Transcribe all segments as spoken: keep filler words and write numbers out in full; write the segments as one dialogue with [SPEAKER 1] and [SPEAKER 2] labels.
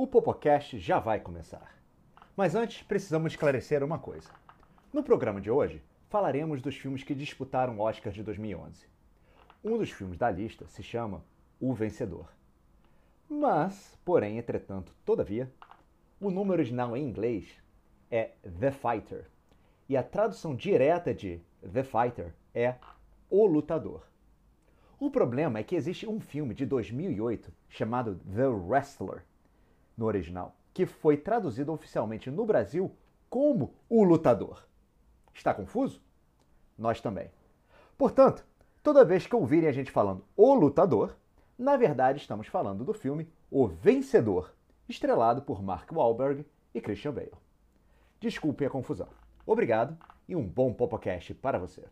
[SPEAKER 1] O Popocast já vai começar. Mas antes, precisamos esclarecer uma coisa. No programa de hoje, falaremos dos filmes que disputaram o Oscar de dois mil e onze. Um dos filmes da lista se chama O Vencedor. Mas, porém, entretanto, todavia, o nome original em inglês é The Fighter, e a tradução direta de The Fighter é O Lutador. O problema é que existe um filme de dois mil e oito chamado The Wrestler, no original, que foi traduzido oficialmente no Brasil como O Lutador. Está confuso? Nós também. Portanto, toda vez que ouvirem a gente falando O Lutador, na verdade estamos falando do filme O Vencedor, estrelado por Mark Wahlberg e Christian Bale. Desculpe a confusão. Obrigado e um bom Popocast para você.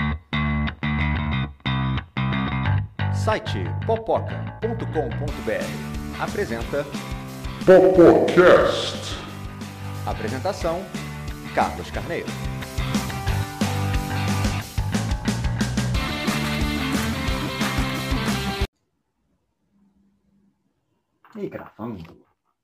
[SPEAKER 1] Site popoca ponto com ponto br apresenta
[SPEAKER 2] Popocast.
[SPEAKER 1] Apresentação: Carlos Carneiro. E gravando.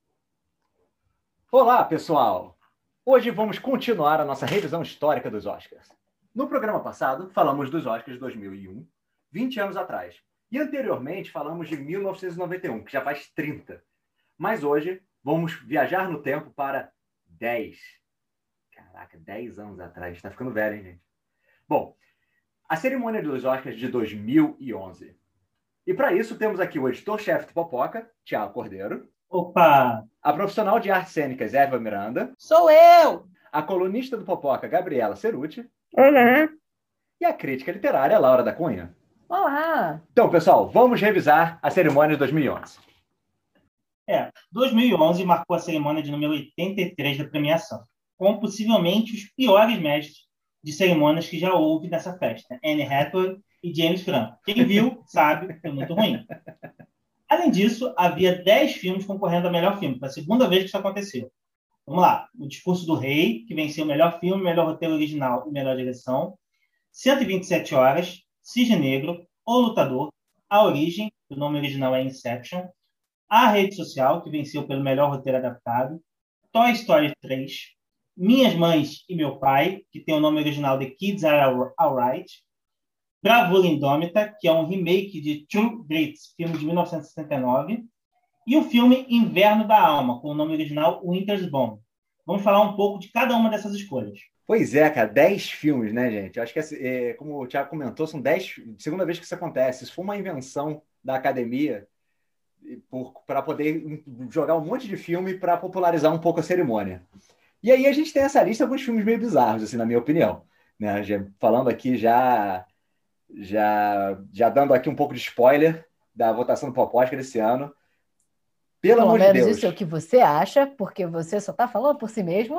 [SPEAKER 1] Olá, pessoal! Hoje vamos continuar a nossa revisão histórica dos Oscars. No programa passado, falamos dos Oscars de dois mil e um, vinte anos atrás. E anteriormente falamos de mil novecentos e noventa e um, que já faz trinta. Mas hoje vamos viajar no tempo para dez. Caraca, dez anos atrás. Está ficando velho, hein, gente? Bom, a cerimônia dos Oscars de dois mil e onze. E para isso temos aqui o editor-chefe do Popoca, Thiago Cordeiro.
[SPEAKER 3] Opa!
[SPEAKER 1] A profissional de artes cênicas, Eva Miranda.
[SPEAKER 4] Sou eu!
[SPEAKER 1] A colunista do Popoca, Gabriela Ceruti.
[SPEAKER 4] Olá!
[SPEAKER 1] E a crítica literária, Laura da Cunha.
[SPEAKER 4] Olá!
[SPEAKER 1] Então, pessoal, vamos revisar a cerimônia de dois mil e onze.
[SPEAKER 3] É, dois mil e onze marcou a cerimônia de número oitenta e três da premiação, com possivelmente os piores mestres de cerimônias que já houve nessa festa, Anne Hathaway e James Franco. Quem viu, sabe, foi muito ruim. Além disso, havia dez filmes concorrendo ao melhor filme, foi a segunda vez que isso aconteceu. Vamos lá, O Discurso do Rei, que venceu o melhor filme, melhor roteiro original e melhor direção, cento e vinte e sete horas, Cisne Negro, O Lutador, A Origem, o nome original é Inception, A Rede Social, que venceu pelo melhor roteiro adaptado, Toy Story três, Minhas Mães e Meu Pai, que tem o nome original de Kids Are Alright, Bravura Indômita, que é um remake de True Grit, filme de mil novecentos e setenta e nove, e o filme Inverno da Alma, com o nome original Winter's Bone. Vamos falar um pouco de cada uma dessas escolhas.
[SPEAKER 1] Pois é, cara, dez filmes, né, gente? Eu acho que, é, como o Thiago comentou, são dez, segunda vez que isso acontece. Isso foi uma invenção da academia para poder jogar um monte de filme para popularizar um pouco a cerimônia. E aí a gente tem essa lista de alguns filmes meio bizarros, assim, na minha opinião. Né? Já, falando aqui, já, já, já dando aqui um pouco de spoiler da votação do Poposca desse ano. Pelo, Pelo amor de Deus.
[SPEAKER 4] Pelo menos isso é o que você acha, porque você só está falando por si mesmo.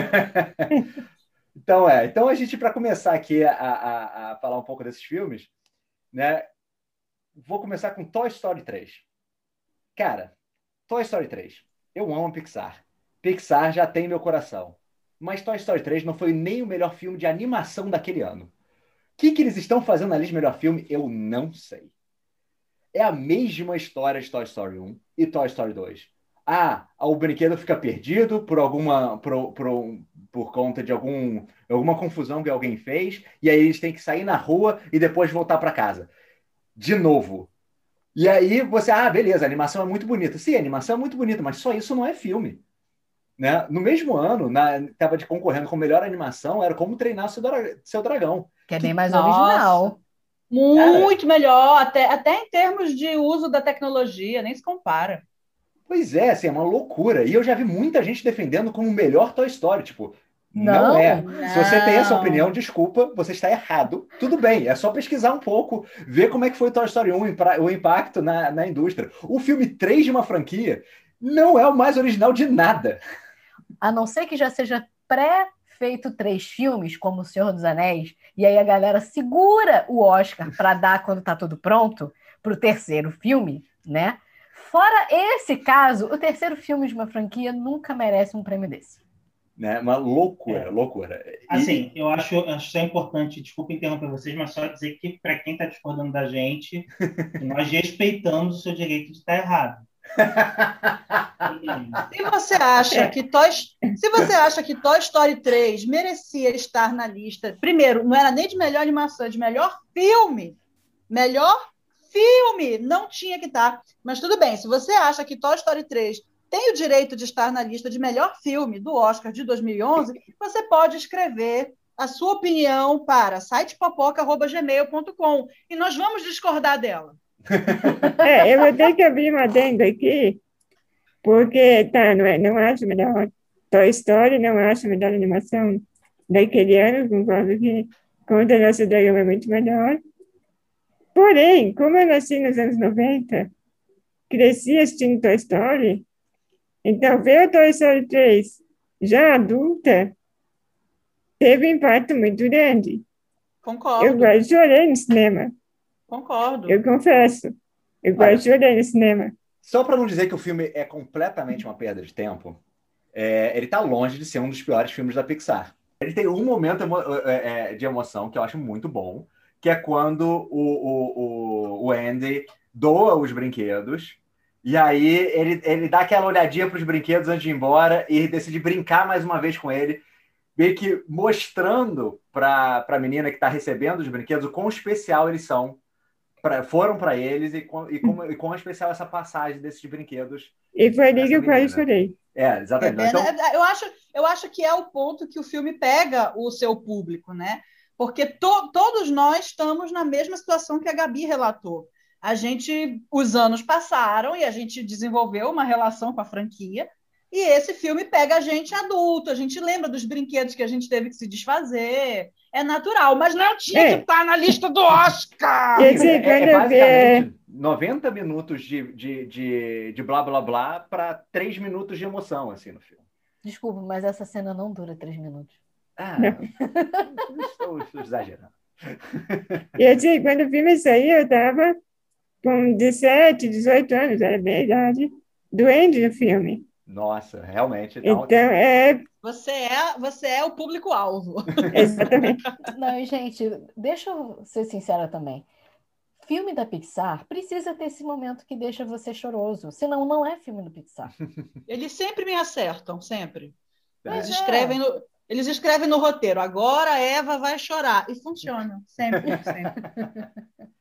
[SPEAKER 1] Então, é. Então, a gente, para começar aqui a, a, a falar um pouco desses filmes, né? Vou começar com Toy Story três. Cara, Toy Story três. Eu amo Pixar. Pixar já tem meu coração. Mas Toy Story três não foi nem o melhor filme de animação daquele ano. O que, que eles estão fazendo na lista de melhor filme, eu não sei. É a mesma história de Toy Story um e Toy Story dois. Ah, o brinquedo fica perdido por alguma por, por, por conta de algum, alguma confusão que alguém fez, e aí eles têm que sair na rua e depois voltar para casa. De novo. E aí você, ah, beleza, a animação é muito bonita. Sim, a animação é muito bonita, mas só isso não é filme. Né? No mesmo ano, estava concorrendo com melhor animação, era Como Treinar Seu, Dra- Seu Dragão.
[SPEAKER 4] Que é bem mais Nossa. original.
[SPEAKER 5] Muito Cara, melhor, até, até em termos de uso da tecnologia, nem se compara.
[SPEAKER 1] Pois é, assim, é uma loucura. E eu já vi muita gente defendendo como o melhor Toy Story. Tipo, não, não é. Não. Se você tem essa opinião, desculpa, você está errado. Tudo bem, é só pesquisar um pouco, ver como é que foi o Toy Story um, o impacto na, na indústria. O filme três de uma franquia não é o mais original de nada.
[SPEAKER 4] A não ser que já seja pré-feito três filmes, como O Senhor dos Anéis, e aí a galera segura o Oscar para dar quando está tudo pronto para o terceiro filme, né? Fora esse caso, o terceiro filme de uma franquia nunca merece um prêmio desse.
[SPEAKER 1] Né? Uma loucura, é. loucura. E...
[SPEAKER 3] Assim, eu acho, acho é importante, desculpa interromper vocês, mas só dizer que, para quem está discordando da gente, nós respeitamos o seu direito de estar errado.
[SPEAKER 5] Se você acha que Toy, se você acha que Toy Story três merecia estar na lista, primeiro, não era nem de melhor animação, é de melhor filme. Melhor filme, não tinha que estar. Mas tudo bem, se você acha que Toy Story três tem o direito de estar na lista de melhor filme do Oscar de dois mil e onze, você pode escrever a sua opinião para sitepopoca arroba gmail ponto com e nós vamos discordar dela.
[SPEAKER 2] É, eu vou ter que abrir uma adenda aqui, porque tá, não, é, não acho melhor Toy Story, não acho melhor animação daquele ano, concordo que Conta da Nossa Dragão é muito melhor. Porém, como eu nasci nos anos noventa, cresci assistindo Toy Story, então ver o Toy Story três já adulta teve um impacto muito grande.
[SPEAKER 5] Concordo.
[SPEAKER 2] Eu quase chorei no cinema.
[SPEAKER 5] Concordo.
[SPEAKER 2] Eu confesso. Eu quase chorei no cinema.
[SPEAKER 1] Só para não dizer que o filme é completamente uma perda de tempo, é, ele está longe de ser um dos piores filmes da Pixar. Ele tem um momento emo é, de emoção que eu acho muito bom, que é quando o, o, o, o Andy doa os brinquedos, e aí ele, ele dá aquela olhadinha para os brinquedos antes de ir embora e decide brincar mais uma vez com ele, meio que mostrando para a menina que está recebendo os brinquedos o quão especial eles são, pra, foram para eles, e, com, e, como, e quão especial essa passagem desses brinquedos.
[SPEAKER 2] E foi ali que eu quase chorei.
[SPEAKER 1] É, exatamente.
[SPEAKER 5] É,
[SPEAKER 1] Então...
[SPEAKER 5] eu, acho, eu acho que é o ponto que o filme pega o seu público, né? Porque to, todos nós estamos na mesma situação que a Gabi relatou. A gente, os anos passaram e a gente desenvolveu uma relação com a franquia, e esse filme pega a gente adulto, a gente lembra dos brinquedos que a gente teve que se desfazer, é natural, mas não tinha
[SPEAKER 2] É.
[SPEAKER 5] que estar na lista do Oscar!
[SPEAKER 2] Esse,
[SPEAKER 1] É,
[SPEAKER 2] quando
[SPEAKER 1] é
[SPEAKER 2] eu ver...
[SPEAKER 1] basicamente noventa minutos de, de, de, de blá blá blá para três minutos de emoção assim, no filme.
[SPEAKER 4] Desculpa, mas essa cena não dura três minutos.
[SPEAKER 1] Ah, estou, estou exagerando.
[SPEAKER 2] E assim, quando o filme saiu, eu estava com dezessete, dezoito anos, era bem a idade do Andy no filme.
[SPEAKER 1] Nossa, realmente.
[SPEAKER 2] Então, é...
[SPEAKER 5] Você é, você é o público-alvo.
[SPEAKER 2] Exatamente.
[SPEAKER 4] Não, e, gente, deixa eu ser sincera também. Filme da Pixar precisa ter esse momento que deixa você choroso. Senão, não é filme do Pixar.
[SPEAKER 5] Eles sempre me acertam, sempre. Eles
[SPEAKER 4] Mas é.
[SPEAKER 5] escrevem no, eles escrevem no roteiro, agora a Eva vai chorar. E funciona, sempre, sempre.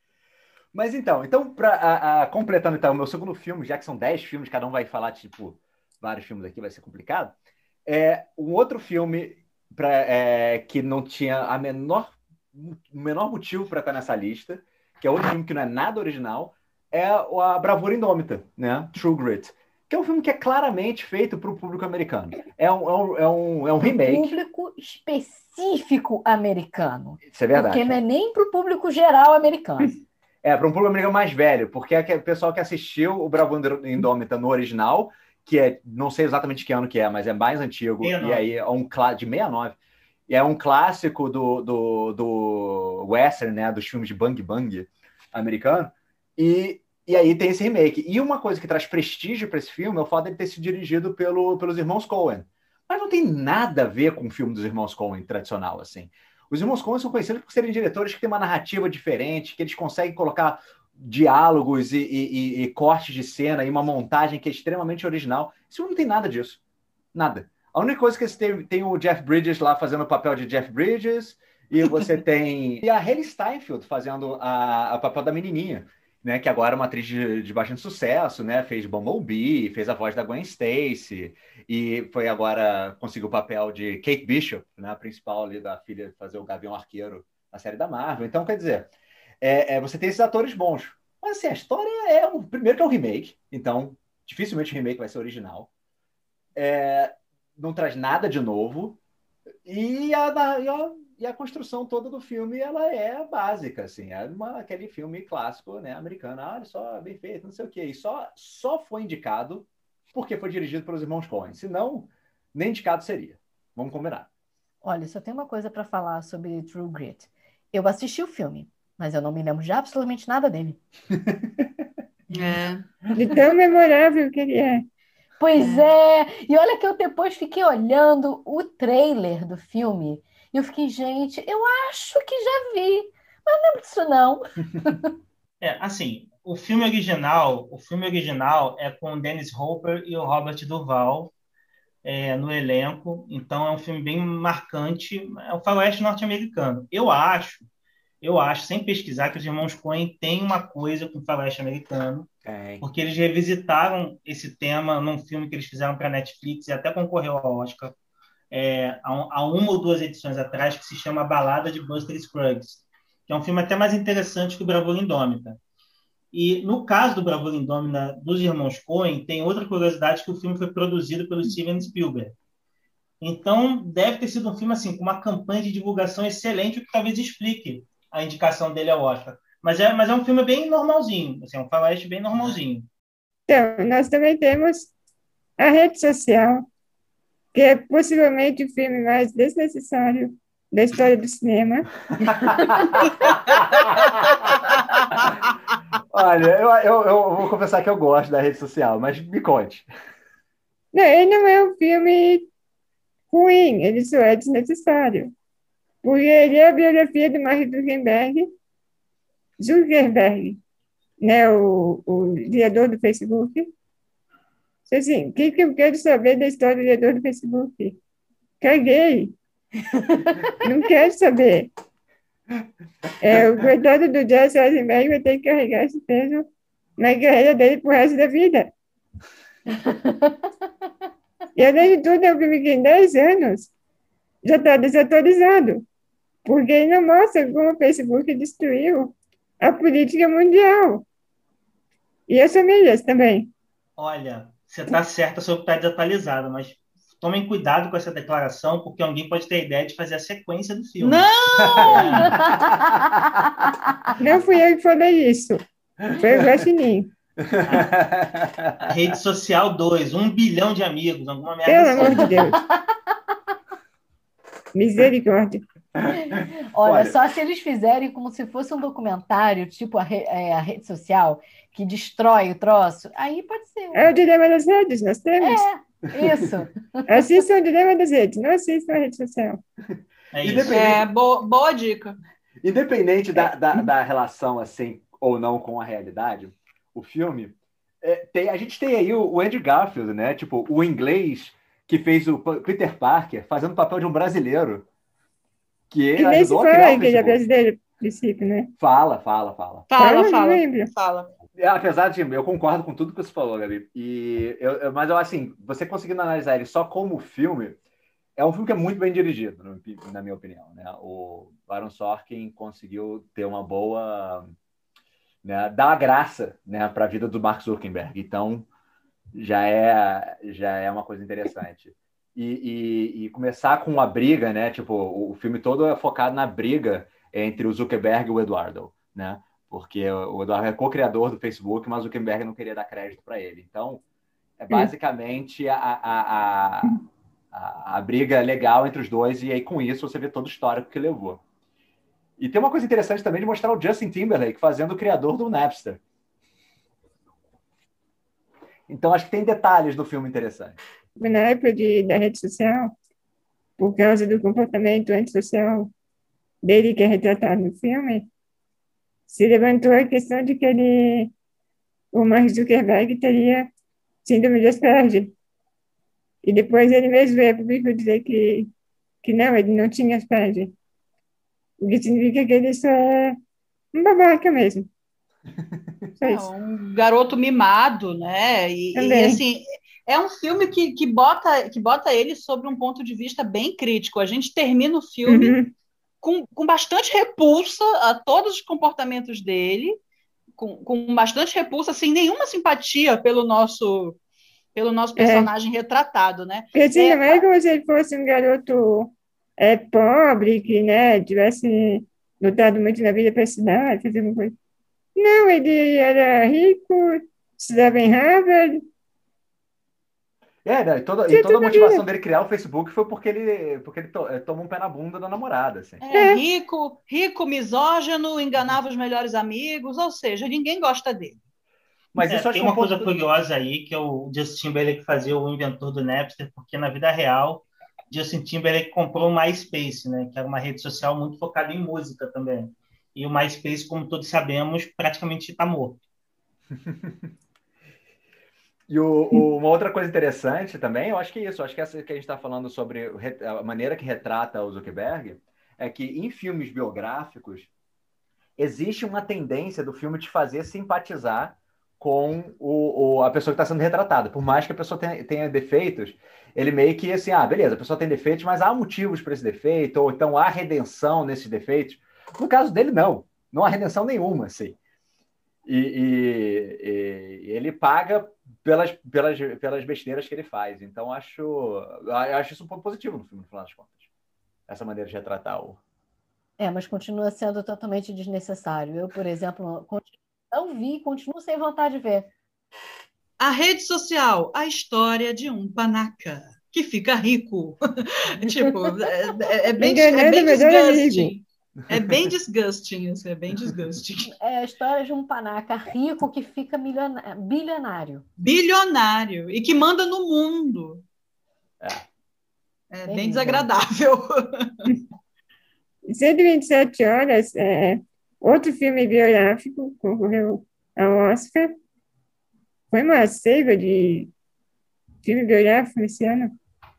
[SPEAKER 1] Mas então, então pra, a, a, completando então, o meu segundo filme, já que são dez filmes, cada um vai falar, tipo, vários filmes aqui, vai ser complicado. É um outro filme pra, é, que não tinha a menor, o menor motivo para estar nessa lista, que é outro filme que não é nada original, é a Bravura Indômita, né? True Grit. Que é um filme que é claramente feito para o público americano. É um, é um, é um, é um remake.
[SPEAKER 4] Público específico americano.
[SPEAKER 1] Isso é verdade.
[SPEAKER 4] Porque não é nem para o público geral americano.
[SPEAKER 1] É, para um público americano mais velho, porque é o pessoal que assistiu o Bravura Indômita no original, que é, não sei exatamente que ano que é, mas é mais antigo, sessenta e nove. E aí é um de sessenta e nove. E é um clássico do, do, do western, né, dos filmes de bang bang americano. E, e aí tem esse remake. E uma coisa que traz prestígio para esse filme é o fato de ele ter sido dirigido pelo, pelos irmãos Coen. Mas não tem nada a ver com o filme dos irmãos Coen tradicional, assim. Os irmãos Coen são conhecidos por serem diretores que têm uma narrativa diferente, que eles conseguem colocar diálogos e, e, e, e cortes de cena e uma montagem que é extremamente original. Esse filme não tem nada disso. Nada. A única coisa que você tem, tem o Jeff Bridges lá fazendo o papel de Jeff Bridges, e você tem e a Hailee Steinfeld fazendo a, a papel da menininha, né, que agora é uma atriz de, de bastante sucesso, né, fez Bumblebee, fez a voz da Gwen Stacy, e foi agora, conseguiu o papel de Kate Bishop, né, a principal ali da filha, fazer o Gavião Arqueiro na série da Marvel. Então, quer dizer, é, é, você tem esses atores bons. Mas, assim, a história é, o primeiro que é o remake, então, dificilmente o remake vai ser original. É, não traz nada de novo, e a, e a E a construção toda do filme, ela é básica, assim, é uma, aquele filme clássico, né, americano, ah, olha só, bem feito, não sei o quê, e só, só foi indicado porque foi dirigido pelos irmãos Coen, senão, nem indicado seria, vamos combinar.
[SPEAKER 4] Olha, só tem uma coisa para falar sobre True Grit. Eu assisti o filme, mas eu não me lembro de absolutamente nada dele.
[SPEAKER 5] É.
[SPEAKER 2] De tão memorável que ele é.
[SPEAKER 4] Pois é. é, e olha que eu depois fiquei olhando o trailer do filme, e eu fiquei, gente, eu acho que já vi, mas não lembro disso não.
[SPEAKER 3] É, assim, o filme original, o filme original é com o Dennis Hopper e o Robert Duvall é, no elenco, então é um filme bem marcante, é o faroeste norte-americano. Eu acho, eu acho, sem pesquisar, que os irmãos Coen têm uma coisa com o faroeste americano,
[SPEAKER 1] É.
[SPEAKER 3] porque eles revisitaram esse tema num filme que eles fizeram para a Netflix e até concorreu ao Oscar é, há, há uma ou duas edições atrás, que se chama A Balada de Buster Scruggs, que é um filme até mais interessante que o Bravura Indômita. E no caso do Bravura Indômita dos irmãos Coen, tem outra curiosidade, que o filme foi produzido pelo Steven Spielberg. Então, deve ter sido um filme assim, com uma campanha de divulgação excelente, o que talvez explique a indicação dele ao Oscar. Mas é, mas é um filme bem normalzinho, assim, é um faroeste bem normalzinho.
[SPEAKER 2] Então, nós também temos a rede social, que é possivelmente o filme mais desnecessário da história do cinema.
[SPEAKER 1] Olha, eu, eu, eu vou confessar que eu gosto da rede social, mas me conte.
[SPEAKER 2] Não, ele não é um filme ruim, ele só é desnecessário. Porque ele é a biografia do Mark Zuckerberg, Zuckerberg, né, o, o criador do Facebook. Assim, o que, que eu quero saber da história do criador do Facebook? Caguei. Não quero saber. É, o coitado do Jesse Eisenberg vai ter que carregar esse peso na carreira dele pro resto da vida. E além de tudo, é um filme que em dez anos já está desatualizado, porque ele não mostra como o Facebook destruiu a política mundial. E as famílias também.
[SPEAKER 3] Olha, você está certa sobre estar desatualizado, mas tomem cuidado com essa declaração, porque alguém pode ter a ideia de fazer a sequência do filme.
[SPEAKER 5] Não!
[SPEAKER 2] Não fui eu que falei isso. Foi o Guaxinim.
[SPEAKER 3] A rede social dois, um bilhão de amigos, alguma merda
[SPEAKER 2] Pelo
[SPEAKER 3] assim.
[SPEAKER 2] amor de Deus. Misericórdia.
[SPEAKER 4] Olha,
[SPEAKER 1] Olha.
[SPEAKER 4] só se eles fizerem como se fosse um documentário, tipo a, re- é, a rede social, que destrói o troço, aí pode ser.
[SPEAKER 2] É o dilema das redes, nós temos.
[SPEAKER 4] Isso.
[SPEAKER 2] Assistam o dilema das redes, não assistam a rede social.
[SPEAKER 3] É
[SPEAKER 1] E
[SPEAKER 3] isso.
[SPEAKER 1] depende-
[SPEAKER 5] É, boa, boa dica.
[SPEAKER 1] Independente da, da, da relação assim ou não com a realidade, o filme é, tem, a gente tem aí o, o Andrew Garfield, né? Tipo, o inglês que fez o P- Peter Parker fazendo o papel de um brasileiro que,
[SPEAKER 2] Que nem se
[SPEAKER 1] ajudou a criar
[SPEAKER 2] fala
[SPEAKER 1] o
[SPEAKER 2] que ele é
[SPEAKER 1] Facebook.
[SPEAKER 2] brasileiro, a princípio, né?
[SPEAKER 1] Fala, fala, fala.
[SPEAKER 5] Fala,
[SPEAKER 2] não
[SPEAKER 5] fala.
[SPEAKER 2] lembro.
[SPEAKER 5] Fala.
[SPEAKER 1] É, apesar de eu concordo com tudo que você falou, Gabi. E eu, eu- mas eu assim, você conseguindo analisar ele só como filme, é um filme que é muito bem dirigido, no- na minha opinião, né? O Aaron Sorkin conseguiu ter uma boa, né, dar a graça, né, para a vida do Mark Zuckerberg. Então já é já é uma coisa interessante. E, e- e começar com uma briga, né? Tipo, o, o filme todo é focado na briga entre o Zuckerberg e o Eduardo, né? Porque o Eduardo é co-criador do Facebook, mas o Zuckerberg não queria dar crédito para ele. Então, é basicamente a, a, a, a, a briga legal entre os dois, e aí com isso você vê todo o histórico que levou. E tem uma coisa interessante também de mostrar o Justin Timberlake fazendo o criador do Napster. Então, acho que tem detalhes do filme interessantes.
[SPEAKER 2] Na época de, da rede social, por causa do comportamento antissocial dele, que é retratado no filme, se levantou a questão de que ele, o Mark Zuckerberg teria síndrome de Asperger. E depois ele mesmo veio a público dizer que, que não, ele não tinha Asperger. O que significa que ele só é um babaca mesmo. Só
[SPEAKER 5] É
[SPEAKER 2] isso.
[SPEAKER 5] um garoto mimado, né? E, e,
[SPEAKER 2] Também.
[SPEAKER 5] assim, é um filme que, que, bota, que bota ele sobre um ponto de vista bem crítico. A gente termina o filme
[SPEAKER 2] Uhum.
[SPEAKER 5] com, com bastante repulsa a todos os comportamentos dele, com, com bastante repulsa, sem nenhuma simpatia pelo nosso, pelo nosso
[SPEAKER 2] É.
[SPEAKER 5] personagem retratado, né?
[SPEAKER 2] Porque assim,
[SPEAKER 5] É,
[SPEAKER 2] não é como se ele fosse um garoto é, pobre, que, né, tivesse lutado muito na vida para estudar, fazer alguma coisa. Não, ele era rico, estudava em Harvard.
[SPEAKER 1] É, né? E toda, e
[SPEAKER 2] Tinha
[SPEAKER 1] toda a
[SPEAKER 2] tudo a
[SPEAKER 1] motivação
[SPEAKER 2] ver.
[SPEAKER 1] dele criar o Facebook foi porque ele, porque ele to, eh, tomou um pé na bunda da namorada, assim.
[SPEAKER 5] É, rico, rico, misógino, enganava os melhores amigos, ou seja, ninguém gosta dele.
[SPEAKER 1] Mas
[SPEAKER 3] É,
[SPEAKER 1] isso eu acho
[SPEAKER 3] tem
[SPEAKER 1] que é um
[SPEAKER 3] uma coisa
[SPEAKER 1] ponto...
[SPEAKER 3] curiosa aí, que é o Justin Timberlake fazia o inventor do Napster, porque na vida real, Justin Timberlake comprou o MySpace, né, que era uma rede social muito focada em música também. E o MySpace, como todos sabemos, praticamente está morto.
[SPEAKER 1] E o, o, uma outra coisa interessante também, eu acho que é isso, eu acho que essa que a gente está falando sobre a maneira que retrata o Zuckerberg, é que em filmes biográficos existe uma tendência do filme te fazer simpatizar com o, o, a pessoa que está sendo retratada. Por mais que a pessoa tenha, tenha defeitos, ele meio que assim, ah, beleza, a pessoa tem defeitos, mas há motivos para esse defeito, ou então há redenção nesses defeitos. No caso dele, não. Não há redenção nenhuma, assim. E, e, e ele paga pelas, pelas, pelas besteiras que ele faz. Então, acho, eu acho isso um ponto positivo no filme, no final das contas. Essa maneira de retratar o...
[SPEAKER 4] É, mas continua sendo totalmente desnecessário. Eu, por exemplo, continuo, não vi e continuo sem vontade de ver.
[SPEAKER 5] A rede social, a história de um panaca que fica rico. Tipo, é, é bem, é bem disgusting. É bem disgusting, isso é bem disgusting.
[SPEAKER 4] É a história de um panaca rico que fica milionário, bilionário.
[SPEAKER 5] Bilionário, e que manda no mundo. É, é bem, bem desagradável.
[SPEAKER 2] cento e vinte e sete horas, é, outro filme biográfico, concorreu ao Oscar. Foi uma seiva de filme biográfico esse ano.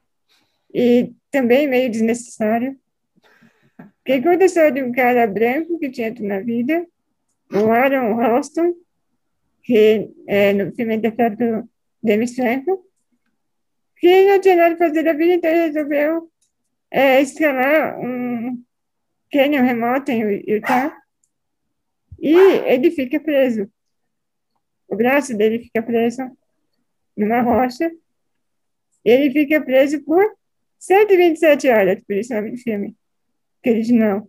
[SPEAKER 2] E também meio desnecessário. Que conta a história de um cara branco que tinha tudo na vida, o Aaron Ralston, que é, no filme interpreta do James Franco, que não tinha nada para fazer da vida, então ele resolveu é, escalar um cânion remoto em Utah, e ele fica preso. O braço dele fica preso numa rocha, e ele fica preso por cento e vinte e sete horas, por isso é o nome do filme, original.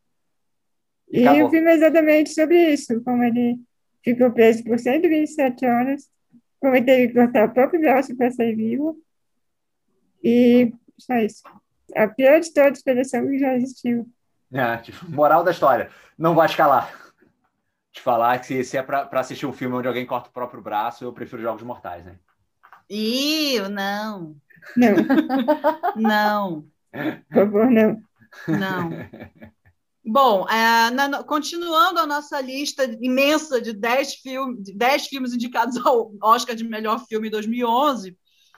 [SPEAKER 2] E Acabou. O filme é exatamente sobre isso, como ele ficou preso por cento e vinte e sete horas, como ele teve que cortar o próprio braço para sair vivo, e só isso. A pior de toda a expedição que já existiu.
[SPEAKER 1] É, tipo, moral da história, não vai escalar. Te falar que se, se é para assistir um filme onde alguém corta o próprio braço, eu prefiro Jogos Mortais, né?
[SPEAKER 5] Ih, não.
[SPEAKER 2] Não.
[SPEAKER 5] Não.
[SPEAKER 2] Por favor, não.
[SPEAKER 5] Não. Bom, é, na, continuando a nossa lista imensa de dez filmes, dez filmes indicados ao Oscar de melhor filme em dois mil e onze,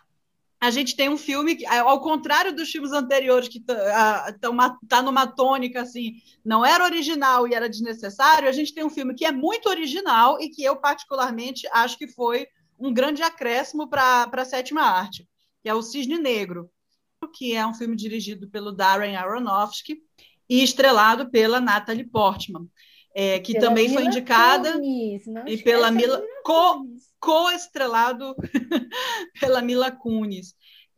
[SPEAKER 5] a gente tem um filme que, ao contrário dos filmes anteriores, que está numa tônica assim, não era original e era desnecessário, a gente tem um filme que é muito original e que eu, particularmente, acho que foi um grande acréscimo para a sétima arte, que é o Cisne Negro, que é um filme dirigido pelo Darren Aronofsky e estrelado pela Natalie Portman, é, que pela também Mila foi indicada Kunis, e pela Mila co, co-estrelado pela Mila Kunis.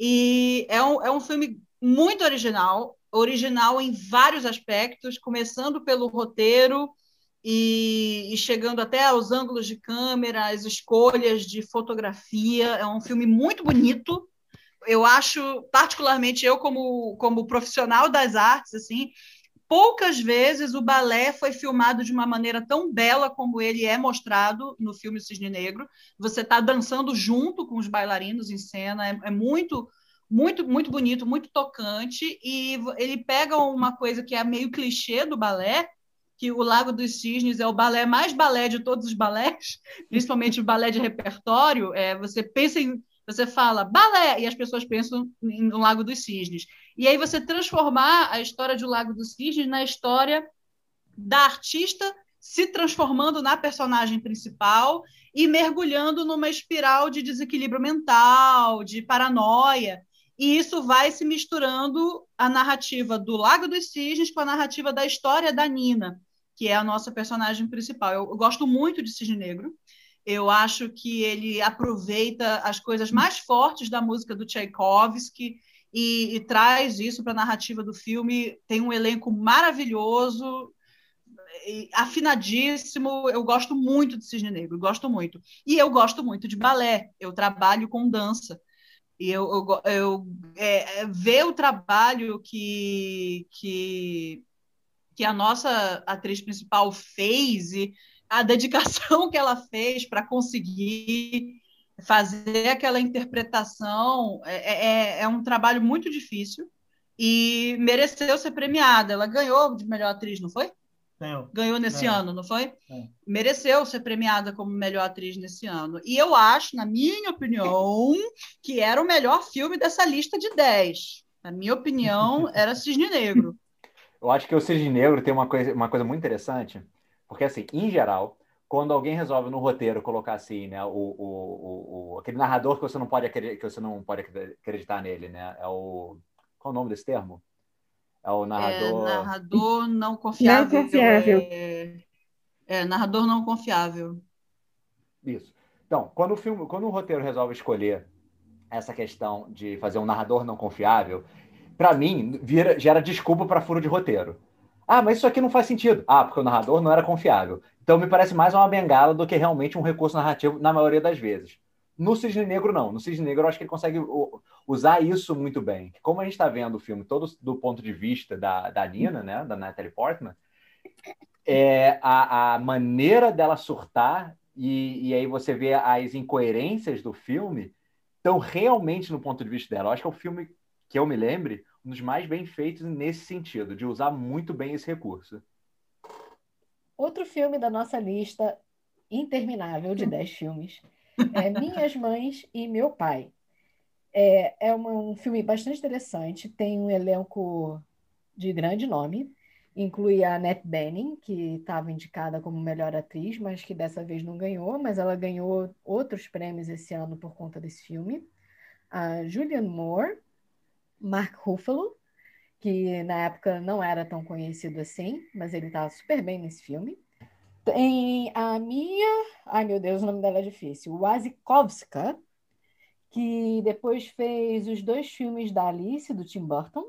[SPEAKER 5] E é um, é um filme muito original, original em vários aspectos, começando pelo roteiro e, e chegando até aos ângulos de câmera, as escolhas de fotografia. É um filme muito bonito. Eu acho, particularmente eu como, como profissional das artes, assim, poucas vezes o balé foi filmado de uma maneira tão bela como ele é mostrado no filme Cisne Negro. Você está dançando junto com os bailarinos em cena, é, é muito, muito, muito bonito, muito tocante, e ele pega uma coisa que é meio clichê do balé, que o Lago dos Cisnes é o balé mais balé de todos os balés, principalmente o balé de repertório. É, você pensa em Você fala balé, e as pessoas pensam no Lago dos Cisnes. E aí você transformar a história de O Lago dos Cisnes na história da artista se transformando na personagem principal e mergulhando numa espiral de desequilíbrio mental, de paranoia. E isso vai se misturando a narrativa do Lago dos Cisnes com a narrativa da história da Nina, que é a nossa personagem principal. Eu, eu gosto muito de Cisne Negro. Eu acho que ele aproveita as coisas mais fortes da música do Tchaikovsky e, e traz isso para a narrativa do filme. Tem um elenco maravilhoso, afinadíssimo. Eu gosto muito de Cisne Negro, gosto muito. E eu gosto muito de balé. Eu trabalho com dança. E eu, eu, eu é, ver o trabalho que, que, que a nossa atriz principal fez e a dedicação que ela fez para conseguir fazer aquela interpretação é, é, é um trabalho muito difícil e mereceu ser premiada. Ela ganhou de melhor atriz, não foi?
[SPEAKER 3] Ganhou.
[SPEAKER 5] Ganhou nesse
[SPEAKER 3] É.
[SPEAKER 5] ano, não foi?
[SPEAKER 3] É.
[SPEAKER 5] Mereceu ser premiada como melhor atriz nesse ano. E eu acho, na minha opinião, que era o melhor filme dessa lista de dez. Na minha opinião, era Cisne Negro.
[SPEAKER 1] Eu acho que o Cisne Negro tem uma coisa, uma coisa muito interessante, porque, assim, em geral, quando alguém resolve no roteiro colocar assim, né, o, o, o, o- aquele narrador que você não pode acreditar, que você não pode acreditar nele, né, é o... Qual é o nome desse termo? É o
[SPEAKER 5] É,
[SPEAKER 1] narrador...
[SPEAKER 5] narrador não confiável.
[SPEAKER 2] Não confiável.
[SPEAKER 5] É, é, narrador não confiável.
[SPEAKER 1] Isso. Então, quando o filme, quando o roteiro resolve escolher essa questão de fazer um narrador não confiável, pra mim, vira, gera desculpa para furo de roteiro. Ah, mas isso aqui não faz sentido. Ah, porque o narrador não era confiável. Então me parece mais uma bengala do que realmente um recurso narrativo na maioria das vezes. No Cisne Negro, não. No Cisne Negro, eu acho que ele consegue u- usar isso muito bem. Como a gente está vendo o filme todo do ponto de vista da, da Nina, né, da Natalie Portman, é, a, a maneira dela surtar e, e aí você vê as incoerências do filme estão realmente no ponto de vista dela. Eu acho que é o filme, que eu me lembre, um dos mais bem feitos nesse sentido, de usar muito bem esse recurso.
[SPEAKER 4] Outro filme da nossa lista interminável de dez filmes é Minhas Mães e Meu Pai. É, é uma- um filme bastante interessante, tem um elenco de grande nome, inclui a Annette Bening, que estava indicada como melhor atriz, mas que dessa vez não ganhou, mas ela ganhou outros prêmios esse ano por conta desse filme. A Julianne Moore, Mark Ruffalo, que na época não era tão conhecido assim, mas ele estava super bem nesse filme. Tem a Mia, ai meu Deus, o nome dela é difícil, Wasikowska, que depois fez os dois filmes da Alice, do Tim Burton,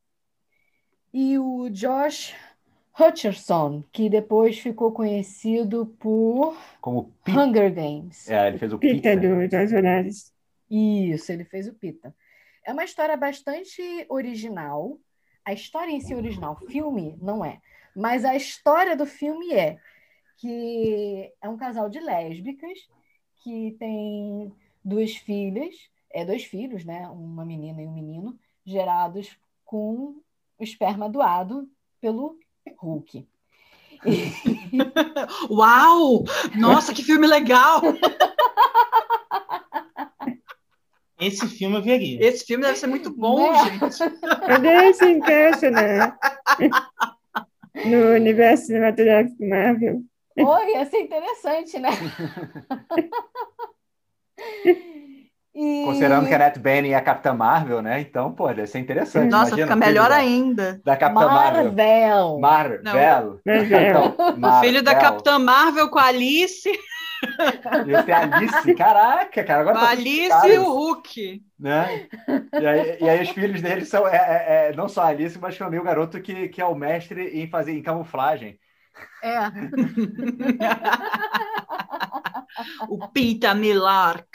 [SPEAKER 4] e o Josh Hutcherson, que depois ficou conhecido por
[SPEAKER 1] Como Pita.
[SPEAKER 4] Hunger Games.
[SPEAKER 1] É, ele fez o
[SPEAKER 2] Pita
[SPEAKER 1] Pita.
[SPEAKER 2] do Jorge Horários.
[SPEAKER 4] Isso, ele fez o Pita. É uma história bastante original. A história em si é original, filme não é. Mas a história do filme é que é um casal de lésbicas que tem duas filhas, é dois filhos, né? Uma menina e um menino, gerados com o esperma doado pelo Hulk.
[SPEAKER 5] Uau! Nossa, que filme legal!
[SPEAKER 3] Esse filme eu veria.
[SPEAKER 5] Esse filme deve ser muito bom,
[SPEAKER 4] Né?
[SPEAKER 5] gente.
[SPEAKER 2] Onde ele se encaixa na, no universo cinematográfico Marvel.
[SPEAKER 4] Oi, ia ser interessante, né? E...
[SPEAKER 1] Considerando que a Annette Bening é a Capitã Marvel, né? Então, pô, deve ser interessante.
[SPEAKER 5] Nossa,
[SPEAKER 1] Imagina
[SPEAKER 5] fica
[SPEAKER 1] o filho
[SPEAKER 5] melhor
[SPEAKER 1] da,
[SPEAKER 5] ainda.
[SPEAKER 1] da Capitã Marvel.
[SPEAKER 4] Marvel.
[SPEAKER 1] Marvel.
[SPEAKER 2] Marvel.
[SPEAKER 1] Então, Marvel.
[SPEAKER 5] Filho da Capitã Marvel com a Alice,
[SPEAKER 1] Eu tenho a Alice. Caraca, cara. Agora
[SPEAKER 5] com a
[SPEAKER 1] tá
[SPEAKER 5] Alice e
[SPEAKER 1] sofisticado,
[SPEAKER 5] o Hulk.
[SPEAKER 1] né? E aí, e aí os filhos deles são é, é, é, não só a Alice, mas também o garoto que, que é o mestre em fazer em camuflagem.
[SPEAKER 4] É.
[SPEAKER 5] O Peter Millark.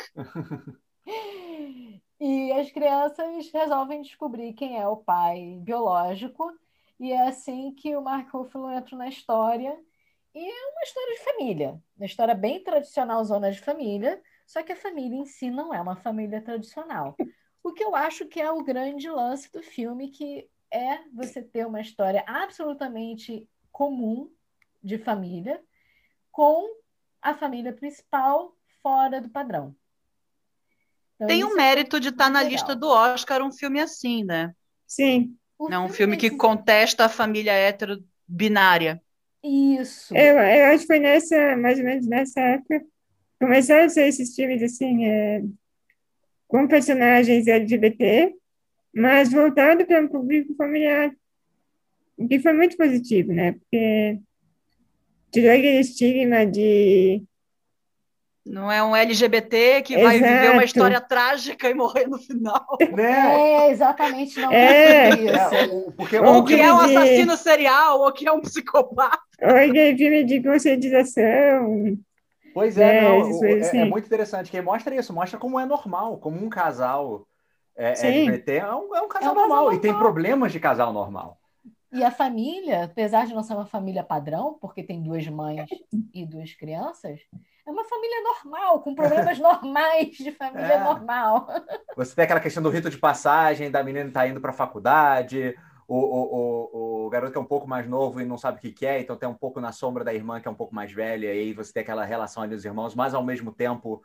[SPEAKER 4] E as crianças resolvem descobrir quem é o pai biológico, e é assim que o Mark Ruffalo entra na história. E é uma história de família, uma história bem tradicional, zona de família, só que a família em si não é uma família tradicional. O que eu acho que é o grande lance do filme, que é você ter uma história absolutamente comum de família, com a família principal fora do padrão. Então,
[SPEAKER 5] Tem
[SPEAKER 4] isso
[SPEAKER 5] um
[SPEAKER 4] eu
[SPEAKER 5] mérito
[SPEAKER 4] acho
[SPEAKER 5] de estar na
[SPEAKER 4] legal.
[SPEAKER 5] lista do Oscar um filme assim, né?
[SPEAKER 2] Sim.
[SPEAKER 4] O
[SPEAKER 5] Não, um filme que
[SPEAKER 4] nesse-
[SPEAKER 5] contesta a família hétero binária.
[SPEAKER 4] Isso.
[SPEAKER 2] Eu, eu acho que foi nessa, mais ou menos nessa época, começaram a ser esses filmes assim, é, com personagens L G B T, mas voltado para um público familiar, o que foi muito positivo, né? Porque tirou aquele estigma de.
[SPEAKER 5] Não é um L G B T que vai
[SPEAKER 2] Exato.
[SPEAKER 5] viver uma história trágica e morrer no final.
[SPEAKER 1] Né?
[SPEAKER 4] É, exatamente, não
[SPEAKER 2] É.
[SPEAKER 4] tem isso.
[SPEAKER 1] É, o- porque
[SPEAKER 2] Ou
[SPEAKER 5] Ou
[SPEAKER 1] o
[SPEAKER 5] que
[SPEAKER 2] filme
[SPEAKER 5] é um
[SPEAKER 2] de-
[SPEAKER 5] assassino serial, ou que é um psicopata.
[SPEAKER 2] Ou aquele filme de conscientização.
[SPEAKER 1] Pois é,
[SPEAKER 2] né,
[SPEAKER 1] não,
[SPEAKER 2] essas
[SPEAKER 1] o-
[SPEAKER 2] coisas
[SPEAKER 1] é, é
[SPEAKER 2] assim.
[SPEAKER 1] muito interessante, que mostra isso, mostra como é normal, como um casal é,
[SPEAKER 2] Sim.
[SPEAKER 1] L G B T é um, é um casal
[SPEAKER 4] É um casal
[SPEAKER 1] normal, e tem
[SPEAKER 4] normal.
[SPEAKER 1] problemas de casal normal.
[SPEAKER 4] E a família, apesar de não ser uma família padrão, porque tem duas mães e duas crianças, é uma família normal, com problemas normais de família
[SPEAKER 1] É.
[SPEAKER 4] normal.
[SPEAKER 1] Você tem aquela questão do rito de passagem, da menina tá indo para a faculdade,
[SPEAKER 6] o, o, o, o garoto que é um pouco mais novo e não sabe o que quer, então tem um pouco na sombra da irmã que é um pouco mais velha, e aí você tem aquela relação ali dos irmãos, mas ao mesmo tempo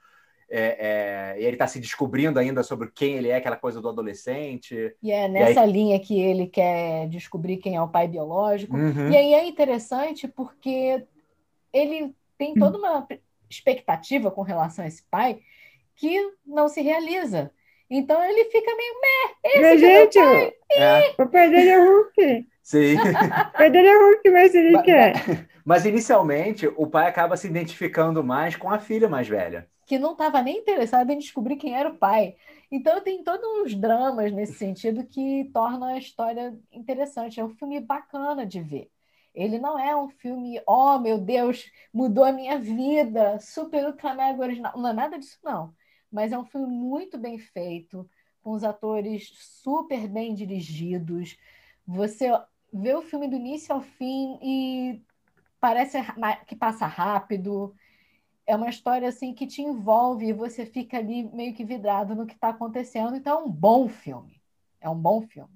[SPEAKER 6] é, é, ele está se descobrindo ainda sobre quem ele é, aquela coisa do adolescente.
[SPEAKER 4] E é nessa
[SPEAKER 6] e aí...
[SPEAKER 4] linha que ele quer descobrir quem é o pai biológico.
[SPEAKER 6] Uhum.
[SPEAKER 4] E aí é interessante porque ele tem toda uma expectativa com relação a esse pai que não se realiza. Então ele fica meio, meh, esse
[SPEAKER 2] Mas,
[SPEAKER 4] que é meu
[SPEAKER 2] gente,
[SPEAKER 4] pai.
[SPEAKER 6] É.
[SPEAKER 2] o pai dele é Hulk.
[SPEAKER 6] Sim.
[SPEAKER 2] O pai dele é Hulk, mas ele
[SPEAKER 6] Mas-
[SPEAKER 2] quer.
[SPEAKER 6] Mas inicialmente o pai acaba se identificando mais com a filha mais velha.
[SPEAKER 4] Que não estava nem interessado em descobrir quem era o pai. Então tem todos uns dramas nesse sentido que tornam a história interessante. É um filme bacana de ver. Ele não é um filme, oh meu Deus, mudou a minha vida, super ultra mega original. Não é nada disso, não. Mas é um filme muito bem feito, com os atores super bem dirigidos. Você vê o filme do início ao fim e parece que passa rápido. É uma história assim que te envolve e você fica ali meio que vidrado no que está acontecendo. Então é um bom filme. É um bom filme.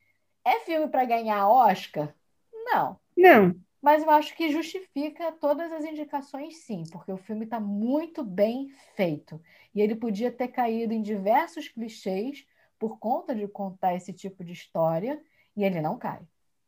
[SPEAKER 4] É filme para ganhar Oscar? Não.
[SPEAKER 2] Não,
[SPEAKER 4] Mas eu acho que justifica todas as indicações, sim, porque o filme está muito bem feito. E ele podia ter caído em diversos clichês por conta de contar esse tipo de história, e ele não cai.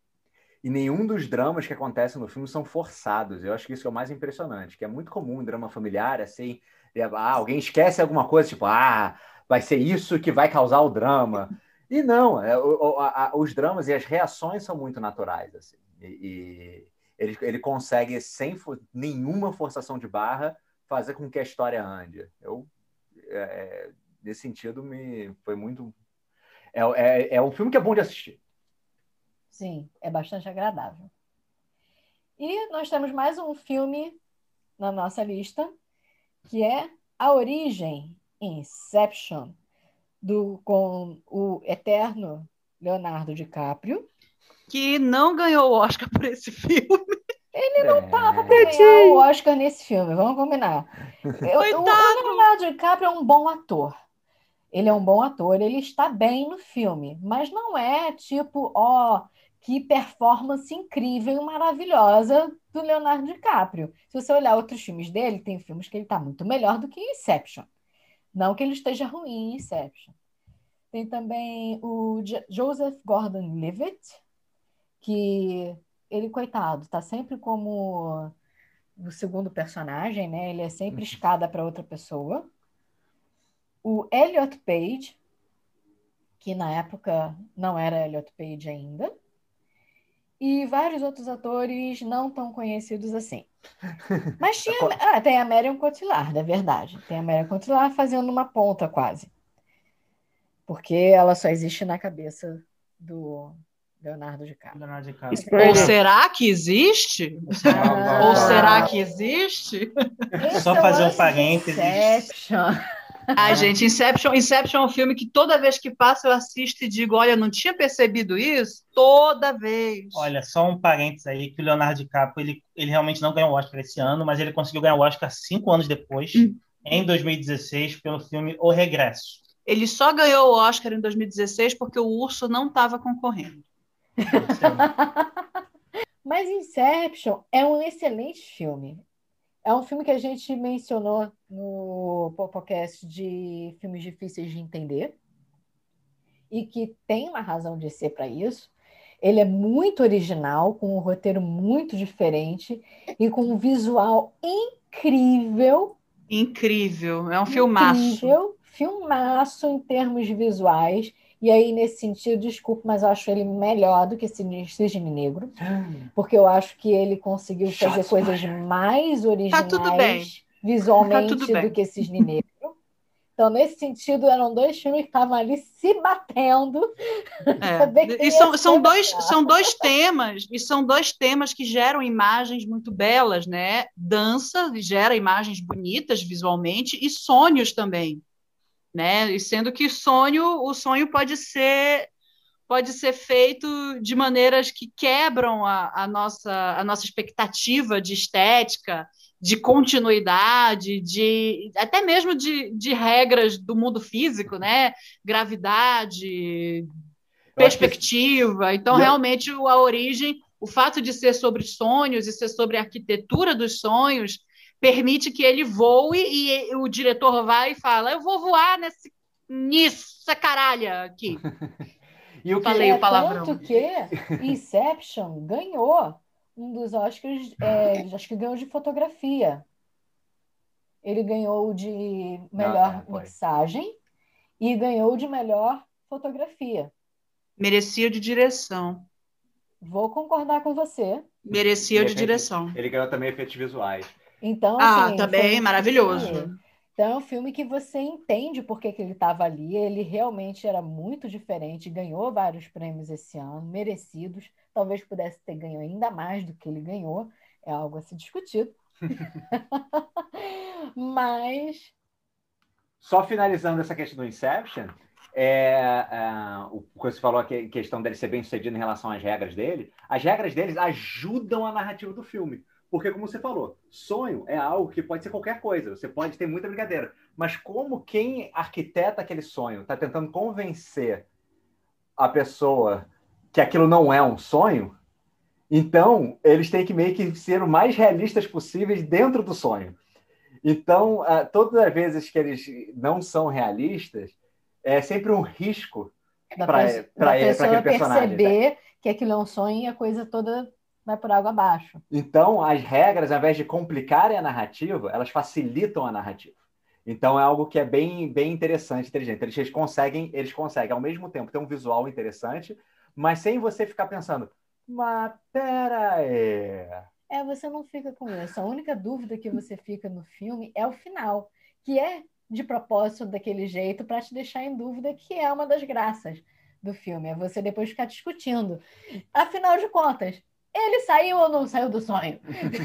[SPEAKER 6] E nenhum dos dramas que acontecem no filme são forçados. Eu acho que isso é o mais impressionante, que é muito comum em drama familiar, assim, é, ah, alguém esquece alguma coisa, tipo, ah, vai ser isso que vai causar o drama. E não, é, o- o- a- a- os dramas e as reações são muito naturais, assim. E, e ele, ele consegue, sem fo- nenhuma forçação de barra, fazer com que a história ande. Eu, é, é, nesse sentido, me foi muito... É, é, é um filme que é bom de assistir.
[SPEAKER 4] Sim, é bastante agradável. E nós temos mais um filme na nossa lista, que é A Origem, Inception, do, com o eterno Leonardo DiCaprio.
[SPEAKER 5] Que não ganhou o Oscar por esse filme.
[SPEAKER 6] Ele
[SPEAKER 4] Não tava para ganhar o Oscar nesse filme, vamos combinar. Eu- o, o Leonardo DiCaprio é um bom ator. Ele é um bom ator, ele está bem no filme, mas não é tipo, ó, que performance incrível e maravilhosa do Leonardo DiCaprio. Se você olhar outros filmes dele, tem filmes que ele está muito melhor do que em Inception. Não que ele esteja ruim em Inception. Tem também o Jo- Joseph Gordon-Levitt, que ele, coitado, tá sempre como o segundo personagem, né? Ele é sempre escada para outra pessoa. O Elliot Page, que na época não era Elliot Page ainda. E vários outros atores não tão conhecidos assim. Mas tinha, ah, tem a Marion Cotillard, é verdade. Tem a Marion Cotillard fazendo uma ponta quase. Porque ela só existe na cabeça do Leonardo DiCaprio.
[SPEAKER 3] Leonardo DiCaprio.
[SPEAKER 2] spoiler.
[SPEAKER 5] Ou será que existe?
[SPEAKER 4] Ah.
[SPEAKER 5] Ou será que existe?
[SPEAKER 4] Esse
[SPEAKER 3] Só
[SPEAKER 4] é o
[SPEAKER 3] fazer um
[SPEAKER 4] lance de
[SPEAKER 3] parênteses.
[SPEAKER 4] Inception.
[SPEAKER 5] Ai, gente, Inception, Inception é um filme que toda vez que passa eu assisto e digo, olha, não tinha percebido isso? Toda vez.
[SPEAKER 3] Olha, só um parênteses aí, que o Leonardo DiCaprio, ele, ele realmente não ganhou o Oscar esse ano, mas ele conseguiu ganhar o Oscar cinco anos depois, em dois mil e dezesseis, pelo filme O Regresso.
[SPEAKER 5] Ele só ganhou o Oscar em dois mil e dezesseis porque o Urso não estava concorrendo.
[SPEAKER 4] Mas Inception é um excelente filme. É um filme que a gente mencionou no podcast de filmes difíceis de entender e que tem uma razão de ser para isso. Ele é muito original, com um roteiro muito diferente e com um visual incrível.
[SPEAKER 5] Incrível, é um filmaço.
[SPEAKER 4] Incrível, filmaço em termos visuais. E aí, nesse sentido, desculpa, mas eu acho ele melhor do que Cisne Negro, porque eu acho que ele conseguiu fazer
[SPEAKER 6] Shots
[SPEAKER 4] coisas mais originais
[SPEAKER 5] tudo bem.
[SPEAKER 4] visualmente
[SPEAKER 5] Tá tudo bem.
[SPEAKER 4] do que Cisne Negro. Então, nesse sentido, eram dois filmes que estavam ali se batendo. Saber
[SPEAKER 5] É.
[SPEAKER 4] quem
[SPEAKER 5] E são,
[SPEAKER 4] ia
[SPEAKER 5] são,
[SPEAKER 4] ser
[SPEAKER 5] dois,
[SPEAKER 4] melhor.
[SPEAKER 5] são dois temas, e são dois temas que geram imagens muito belas, né? Dança gera imagens bonitas visualmente e sonhos também, né? E sendo que sonho, o sonho pode ser pode ser feito de maneiras que quebram a, a nossa a nossa expectativa de estética, de continuidade, de até mesmo de, de regras do mundo físico, né? Gravidade. perspectiva. Então,
[SPEAKER 6] Eu-
[SPEAKER 5] realmente, o- a origem, o fato de ser sobre sonhos e ser sobre a arquitetura dos sonhos, permite que ele voe e o diretor vai e fala: eu vou voar nesse, nisso, essa caralha aqui.
[SPEAKER 6] E o que,
[SPEAKER 5] Falei
[SPEAKER 4] É,
[SPEAKER 5] o palavrão.
[SPEAKER 4] tanto que Inception ganhou um dos Oscars, é, acho que ganhou de fotografia. Ele ganhou de melhor
[SPEAKER 6] é, foi.
[SPEAKER 4] mixagem e ganhou de melhor fotografia.
[SPEAKER 5] Merecia de direção.
[SPEAKER 4] Vou concordar com você.
[SPEAKER 5] Merecia
[SPEAKER 6] E
[SPEAKER 5] de
[SPEAKER 6] efeitos-
[SPEAKER 5] direção.
[SPEAKER 6] Ele ganhou também efeitos visuais.
[SPEAKER 4] Então,
[SPEAKER 5] Ah,
[SPEAKER 4] assim,
[SPEAKER 5] também,
[SPEAKER 4] foi um
[SPEAKER 5] maravilhoso.
[SPEAKER 4] filme- Então, é um filme que você entende por que que ele estava ali. Ele realmente era muito diferente, ganhou vários prêmios esse ano, merecidos. Talvez pudesse ter ganho ainda mais do que ele ganhou. É algo a se discutir. Mas,
[SPEAKER 6] Só finalizando essa questão do Inception, é, é, o que você falou, a que- questão dele ser bem sucedido em relação às regras dele, as regras deles ajudam a narrativa do filme. Porque, como você falou, sonho é algo que pode ser qualquer coisa, você pode ter muita brincadeira. Mas como quem arquiteta aquele sonho está tentando convencer a pessoa que aquilo não é um sonho, então eles têm que meio que ser o mais realistas possíveis dentro do sonho. Então, ah, todas as vezes que eles não são realistas, é sempre um risco
[SPEAKER 4] da,
[SPEAKER 6] pra-
[SPEAKER 4] pe-
[SPEAKER 6] pra
[SPEAKER 4] da
[SPEAKER 6] ele- pra
[SPEAKER 4] pessoa
[SPEAKER 6] aquele personagem,
[SPEAKER 4] perceber que aquilo é um sonho e a coisa toda vai por água abaixo.
[SPEAKER 6] Então, as regras, ao invés de complicarem a narrativa, elas facilitam a narrativa. Então, é algo que é bem, bem interessante, inteligente. Eles, eles conseguem, eles conseguem, ao mesmo tempo, ter um visual interessante, mas sem você ficar pensando, mas pera aí...
[SPEAKER 4] É, você não fica com isso. A única dúvida que você fica no filme é o final, que é de propósito daquele jeito para te deixar em dúvida, que é uma das graças do filme. É você depois ficar discutindo. Afinal de contas, ele saiu ou não saiu do sonho?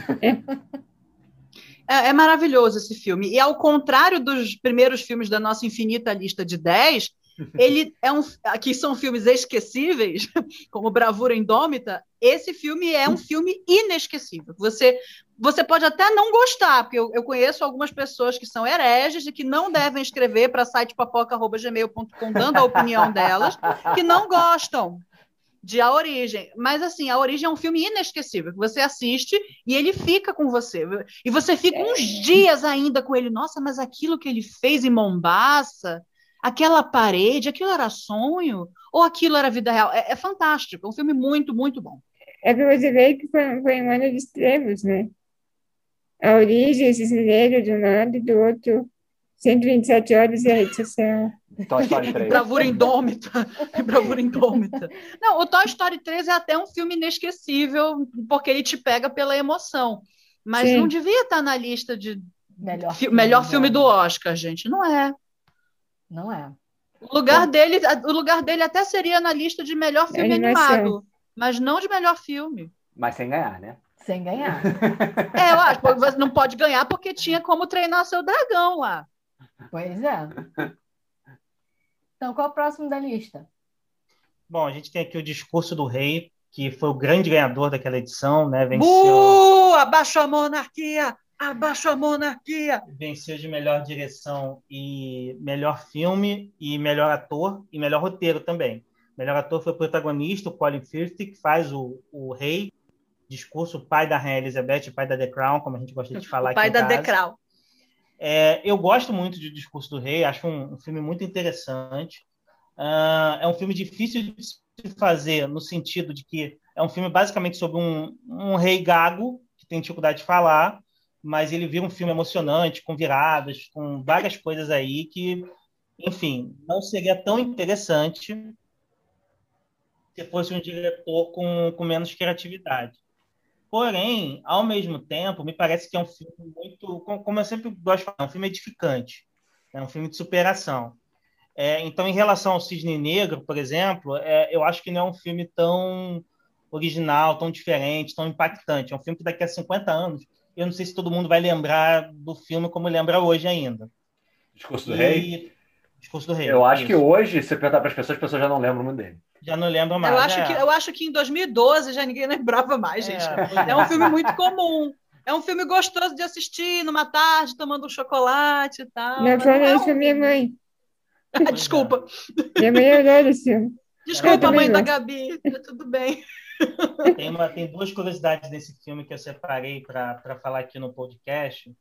[SPEAKER 5] É, é maravilhoso esse filme. E ao contrário dos primeiros filmes da nossa infinita lista de dez, ele é um. Que são filmes esquecíveis, como Bravura Indômita, esse filme é um filme inesquecível. Você, você pode até não gostar, porque eu, eu conheço algumas pessoas que são hereges e que não devem escrever para site papoca arroba gmail ponto com dando a opinião delas, que não gostam de A Origem. Mas, assim, A Origem é um filme inesquecível, que você assiste e ele fica com você. E você fica uns dias ainda com ele. Nossa, mas aquilo que ele fez em Mombaça, aquela parede, aquilo era sonho? Ou aquilo era vida real? É, é fantástico. É um filme muito, muito bom.
[SPEAKER 2] É para você ver que foi, foi um ano de extremos, né? A origem, esse cinema de um lado e do outro, cento e vinte e sete horas e a rede social.
[SPEAKER 6] Toy Story três.
[SPEAKER 5] Bravura Indômita. Bravura Indômita. Não, o Toy Story três é até um filme inesquecível, porque ele te pega pela emoção. Mas
[SPEAKER 2] Sim.
[SPEAKER 5] não devia estar na lista de
[SPEAKER 4] Melhor
[SPEAKER 5] fi-
[SPEAKER 4] filme,
[SPEAKER 5] melhor
[SPEAKER 4] né?
[SPEAKER 5] filme do Oscar, gente. Não é.
[SPEAKER 4] Não é.
[SPEAKER 5] O lugar dele, o lugar dele até seria na lista de melhor filme
[SPEAKER 2] Animação.
[SPEAKER 5] animado, mas não de melhor filme.
[SPEAKER 6] Mas sem ganhar, né?
[SPEAKER 4] Sem ganhar.
[SPEAKER 5] É, eu acho, que você não pode ganhar porque tinha como treinar seu dragão lá.
[SPEAKER 4] Pois é. Então, qual é o próximo da lista?
[SPEAKER 3] Bom, a gente tem aqui o Discurso do Rei, que foi o grande ganhador daquela edição, né? Venceu,
[SPEAKER 5] Uh, abaixo a monarquia! Abaixo a monarquia!
[SPEAKER 3] venceu de melhor direção e melhor filme e melhor ator e melhor roteiro também. Melhor ator foi o protagonista, o Colin Firth, que faz o, o rei, Discurso, o pai da Rainha Elizabeth, pai da The Crown, como a gente gosta de falar
[SPEAKER 5] O pai
[SPEAKER 3] aqui em
[SPEAKER 5] da
[SPEAKER 3] casa.
[SPEAKER 5] The Crown.
[SPEAKER 3] É, eu gosto muito de Discurso do Rei, acho um, um filme muito interessante. Ah, é um filme difícil de se fazer, no sentido de que é um filme basicamente sobre um, um rei gago, que tem dificuldade de falar, mas ele vira um filme emocionante, com viradas, com várias coisas aí que, enfim, não seria tão interessante se fosse um diretor com, com menos criatividade. Porém, ao mesmo tempo, me parece que é um filme muito, como eu sempre gosto de falar, é um filme edificante, é um filme de superação. É, então, em relação ao Cisne Negro, por exemplo, é, eu acho que não é um filme tão original, tão diferente, tão impactante. É um filme que daqui a cinquenta anos, eu não sei se todo mundo vai lembrar do filme como lembra hoje ainda.
[SPEAKER 6] Discurso do
[SPEAKER 3] E-
[SPEAKER 6] Rei.
[SPEAKER 3] Discurso do Rei.
[SPEAKER 6] Eu acho
[SPEAKER 3] isso.
[SPEAKER 6] que hoje, se você perguntar para as pessoas, as pessoas já não lembram muito dele.
[SPEAKER 3] Já não lembro mais.
[SPEAKER 5] Eu acho,
[SPEAKER 3] é.
[SPEAKER 5] que, eu acho que em dois mil e doze já ninguém lembrava mais, gente.
[SPEAKER 3] É,
[SPEAKER 5] É um filme muito comum. É um filme gostoso de assistir numa tarde, tomando um chocolate e tal.
[SPEAKER 2] Não
[SPEAKER 5] mas
[SPEAKER 2] falei
[SPEAKER 5] é
[SPEAKER 2] isso
[SPEAKER 5] um-
[SPEAKER 2] pra minha mãe.
[SPEAKER 5] Desculpa.
[SPEAKER 2] Minha mãe adora esse filme.
[SPEAKER 5] Desculpa,
[SPEAKER 2] Eu
[SPEAKER 5] mãe
[SPEAKER 2] também
[SPEAKER 5] da
[SPEAKER 2] gosto.
[SPEAKER 5] Gabi. Tá tudo bem.
[SPEAKER 3] Tem, uma, tem duas curiosidades nesse filme que eu separei para falar aqui no podcast.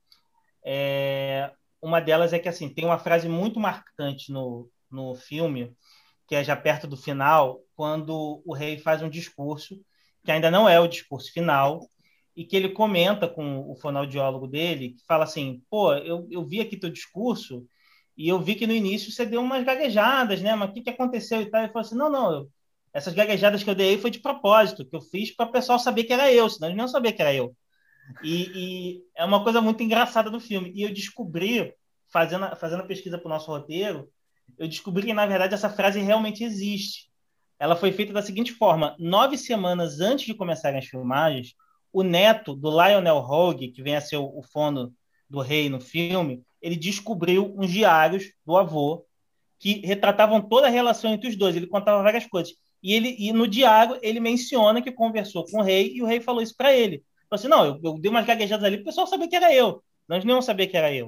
[SPEAKER 3] É, uma delas é que assim, tem uma frase muito marcante no, no filme, que é já perto do final, quando o rei faz um discurso, que ainda não é o discurso final, e que ele comenta com o fonoaudiólogo dele, que fala assim, pô, eu, eu vi aqui teu discurso, e eu vi que no início você deu umas gaguejadas, né? Mas o que, que aconteceu e tal? Ele falou assim, não, não, eu, essas gaguejadas que eu dei aí foi de propósito, que eu fiz para o pessoal saber que era eu, senão eles não sabiam que era eu. E, e é uma coisa muito engraçada do filme. E eu descobri, fazendo, fazendo a pesquisa para o nosso roteiro, eu descobri que, na verdade, essa frase realmente existe. Ela foi feita da seguinte forma. Nove semanas antes de começarem as filmagens, o neto do Lionel Hogue, que vem a ser o, o fono do rei no filme, ele descobriu uns diários do avô que retratavam toda a relação entre os dois. Ele contava várias coisas. E, ele, e no diário, ele menciona que conversou com o rei e o rei falou isso para ele. Falou assim, não, eu, eu dei umas gaguejadas ali para o pessoal saber que era eu. Nós não saber que era eu.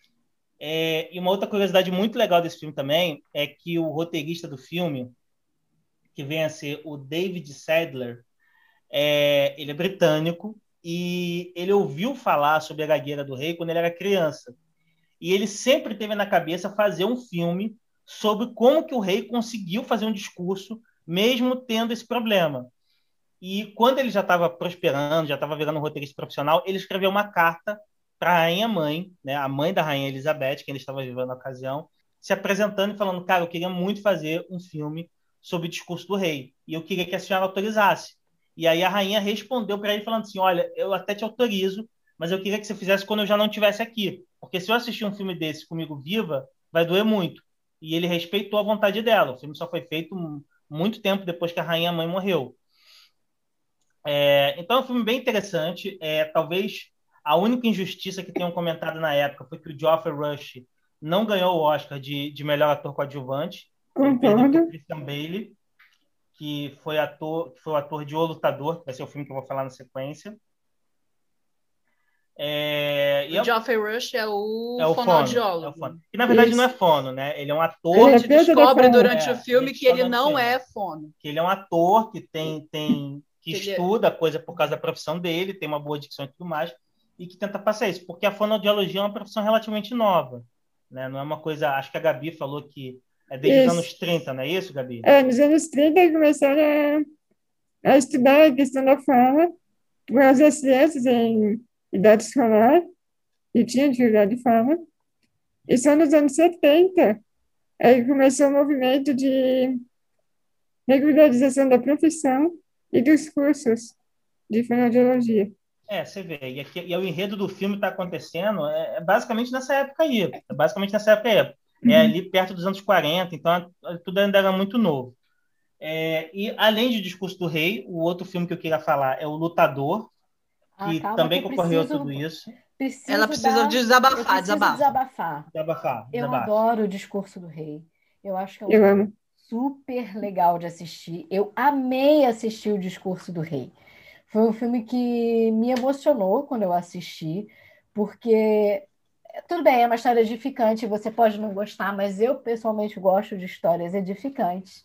[SPEAKER 3] É, e uma outra curiosidade muito legal desse filme também é que o roteirista do filme, que vem a ser o David Sadler, é, ele é britânico e ele ouviu falar sobre a gagueira do rei quando ele era criança. E ele sempre teve na cabeça fazer um filme sobre como que o rei conseguiu fazer um discurso mesmo tendo esse problema. E quando ele já estava prosperando, já estava virando um roteirista profissional, ele escreveu uma carta para a rainha mãe, né, a mãe da rainha Elizabeth, que ele estava vivendo na ocasião, se apresentando e falando, cara, eu queria muito fazer um filme sobre o discurso do rei, e eu queria que a senhora autorizasse. E aí a rainha respondeu para ele falando assim, olha, eu até te autorizo, mas eu queria que você fizesse quando eu já não estivesse aqui, porque se eu assistir um filme desse comigo viva, vai doer muito. E ele respeitou a vontade dela. O filme só foi feito muito tempo depois que a rainha mãe morreu. É, então é um filme bem interessante. É, talvez a única injustiça que tenham comentado na época foi que o Geoffrey Rush não ganhou o Oscar de, de melhor ator coadjuvante. Ele perdeu para o Christian Bale, que foi, ator, que foi o ator de O Lutador, que vai ser o filme que eu vou falar na sequência. É,
[SPEAKER 5] o Geoffrey Rush é o,
[SPEAKER 3] é o
[SPEAKER 5] fonoaudiólogo.
[SPEAKER 3] É o fono. E na verdade Isso. não é fono, né? Ele é um ator.
[SPEAKER 5] A gente descobre durante
[SPEAKER 3] é,
[SPEAKER 5] o filme que ele não é fono.
[SPEAKER 3] Que ele é um ator que tem, tem que, que estuda a coisa por causa da profissão dele, tem uma boa dicção e tudo mais, e que tenta passar isso, porque a fonoaudiologia é uma profissão relativamente nova, né? Não é uma coisa, acho que a Gabi falou que é desde isso. os anos trinta, não é isso, Gabi?
[SPEAKER 2] É, nos anos trinta começaram a, a estudar a questão da fala, por causa das crianças em idade escolar, e tinha dificuldade de fala. E só nos anos setenta aí começou o movimento de regularização da profissão e dos cursos de fonoaudiologia.
[SPEAKER 3] É, você vê. E, aqui, e o enredo do filme está acontecendo é, é basicamente nessa época aí. É basicamente nessa época aí. É uhum. ali perto dos anos quarenta, então tudo ainda era muito novo. É, e além de Discurso do Rei, o outro filme que eu queria falar é O Lutador, que ah, também que concorreu preciso... tudo isso.
[SPEAKER 5] Preciso Ela precisa dar... desabafar,
[SPEAKER 4] desabafar. desabafar.
[SPEAKER 3] Desabafar.
[SPEAKER 4] Eu
[SPEAKER 3] desabafar.
[SPEAKER 4] adoro o Discurso do Rei. Eu acho que é um
[SPEAKER 2] eu amo.
[SPEAKER 4] super legal de assistir. Eu amei assistir o Discurso do Rei. Foi um filme que me emocionou quando eu assisti, porque, tudo bem, é uma história edificante, você pode não gostar, mas eu pessoalmente gosto de histórias edificantes.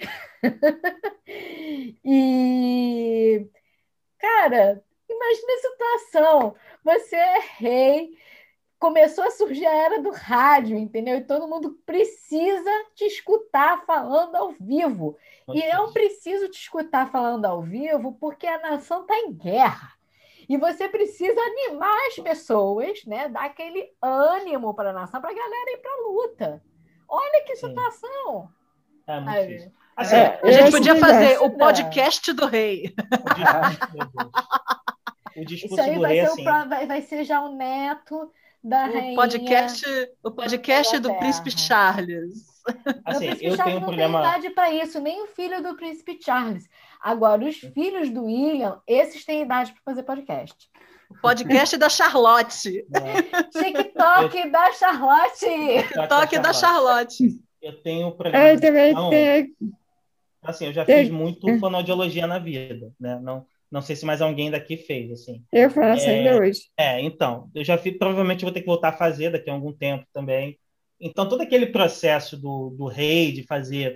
[SPEAKER 4] E, cara, imagina a situação, você é rei, começou a surgir a era do rádio, entendeu? E todo mundo precisa te escutar falando ao vivo. E eu preciso te escutar falando ao vivo porque a nação está em guerra. E você precisa animar as pessoas, né? Dar aquele ânimo para a nação, para a galera ir para a luta. Olha que situação.
[SPEAKER 3] É muito
[SPEAKER 4] Aí,
[SPEAKER 3] difícil. Assim,
[SPEAKER 5] é, a gente podia fazer o podcast do rei.
[SPEAKER 3] O discurso
[SPEAKER 4] Isso aí
[SPEAKER 3] do
[SPEAKER 4] vai,
[SPEAKER 3] rei,
[SPEAKER 4] ser
[SPEAKER 3] assim...
[SPEAKER 4] o, vai, vai ser já o neto da
[SPEAKER 5] o
[SPEAKER 4] rainha.
[SPEAKER 5] Podcast, o podcast do Príncipe Charles.
[SPEAKER 3] Assim,
[SPEAKER 4] o Príncipe
[SPEAKER 3] eu
[SPEAKER 4] Charles
[SPEAKER 3] tenho um
[SPEAKER 4] não
[SPEAKER 3] problema...
[SPEAKER 4] tem idade para isso, nem o filho do Príncipe Charles. Agora, os filhos do William, esses têm idade para fazer podcast.
[SPEAKER 5] O podcast da Charlotte.
[SPEAKER 3] É.
[SPEAKER 4] TikTok eu... da Charlotte.
[SPEAKER 5] TikTok da Charlotte.
[SPEAKER 3] Eu tenho um problema
[SPEAKER 2] Eu também
[SPEAKER 3] não,
[SPEAKER 2] tenho.
[SPEAKER 3] Assim, eu já fiz muito fonoaudiologia na vida, né? Não, não sei se mais alguém daqui fez, assim.
[SPEAKER 2] Eu faço
[SPEAKER 3] é,
[SPEAKER 2] ainda hoje.
[SPEAKER 3] É, então, eu já fiz, provavelmente vou ter que voltar a fazer daqui a algum tempo também. Então, todo aquele processo do, do rei de fazer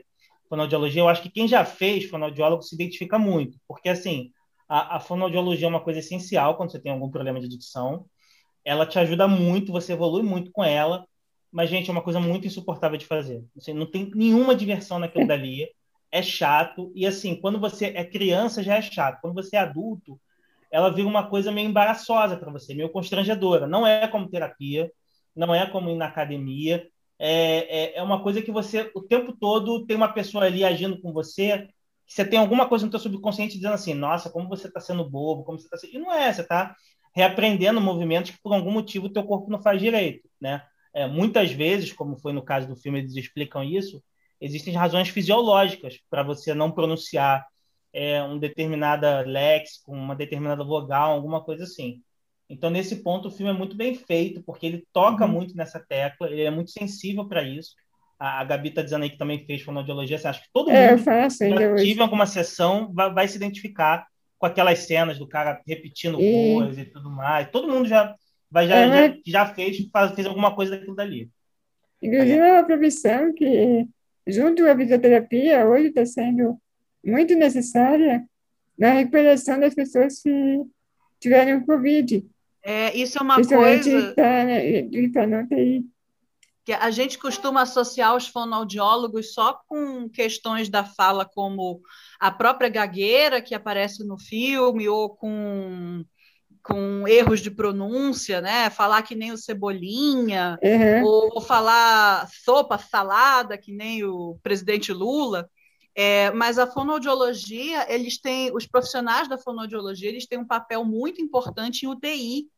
[SPEAKER 3] fonoaudiologia, eu acho que quem já fez fonoaudiólogo se identifica muito, porque, assim, a, a fonoaudiologia é uma coisa essencial quando você tem algum problema de dicção, ela te ajuda muito, você evolui muito com ela, mas, gente, é uma coisa muito insuportável de fazer. Você não tem nenhuma diversão naquilo dali, é chato, e, assim, quando você é criança já é chato, quando você é adulto, ela vira uma coisa meio embaraçosa para você, meio constrangedora. Não é como terapia, não é como ir na academia, é, é, é uma coisa que você, o tempo todo, tem uma pessoa ali agindo com você, você tem alguma coisa no seu subconsciente dizendo assim, nossa, como você está sendo bobo, como você está sendo... E não é, você está reaprendendo movimentos que por algum motivo o teu corpo não faz direito, né? É, muitas vezes, como foi no caso do filme, eles explicam isso, existem razões fisiológicas para você não pronunciar é, um determinada léxico, uma determinada vogal, alguma coisa assim. Então, nesse ponto, o filme é muito bem feito, porque ele toca
[SPEAKER 2] Uhum.
[SPEAKER 3] muito nessa tecla, ele é muito sensível para isso. A, a Gabi está dizendo aí que também fez fonoaudiologia, você acha que todo
[SPEAKER 2] É, eu
[SPEAKER 3] mundo
[SPEAKER 2] faço
[SPEAKER 3] que
[SPEAKER 2] ainda
[SPEAKER 3] já
[SPEAKER 2] hoje.
[SPEAKER 3] tive alguma sessão vai, vai se identificar com aquelas cenas do cara repetindo
[SPEAKER 2] E
[SPEAKER 3] coisas e tudo mais. Todo mundo já, vai,
[SPEAKER 2] é
[SPEAKER 3] já,
[SPEAKER 2] uma,
[SPEAKER 3] já, já fez, faz, fez alguma coisa daquilo dali.
[SPEAKER 2] inclusive, é uma profissão que, junto à fisioterapia, hoje está sendo muito necessária na recuperação das pessoas que tiveram Covid,
[SPEAKER 5] É, isso é uma
[SPEAKER 2] principalmente
[SPEAKER 5] coisa
[SPEAKER 2] tá, né, de tá na U T I.
[SPEAKER 5] que a gente costuma associar os fonoaudiólogos só com questões da fala, como a própria gagueira que aparece no filme, ou com, com erros de pronúncia, né? Falar que nem o Cebolinha,
[SPEAKER 2] Uhum.
[SPEAKER 5] ou, ou falar sopa, salada, que nem o presidente Lula. É, mas a fonoaudiologia, eles têm, os profissionais da fonoaudiologia, eles têm um papel muito importante em U T I.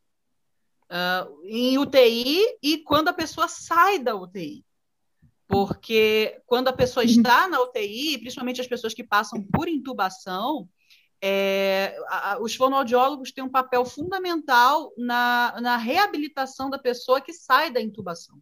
[SPEAKER 5] Uh, em U T I e quando a pessoa sai da U T I. Porque quando a pessoa está na U T I, principalmente as pessoas que passam por intubação, é, a, os fonoaudiólogos têm um papel fundamental na, na reabilitação da pessoa que sai da intubação.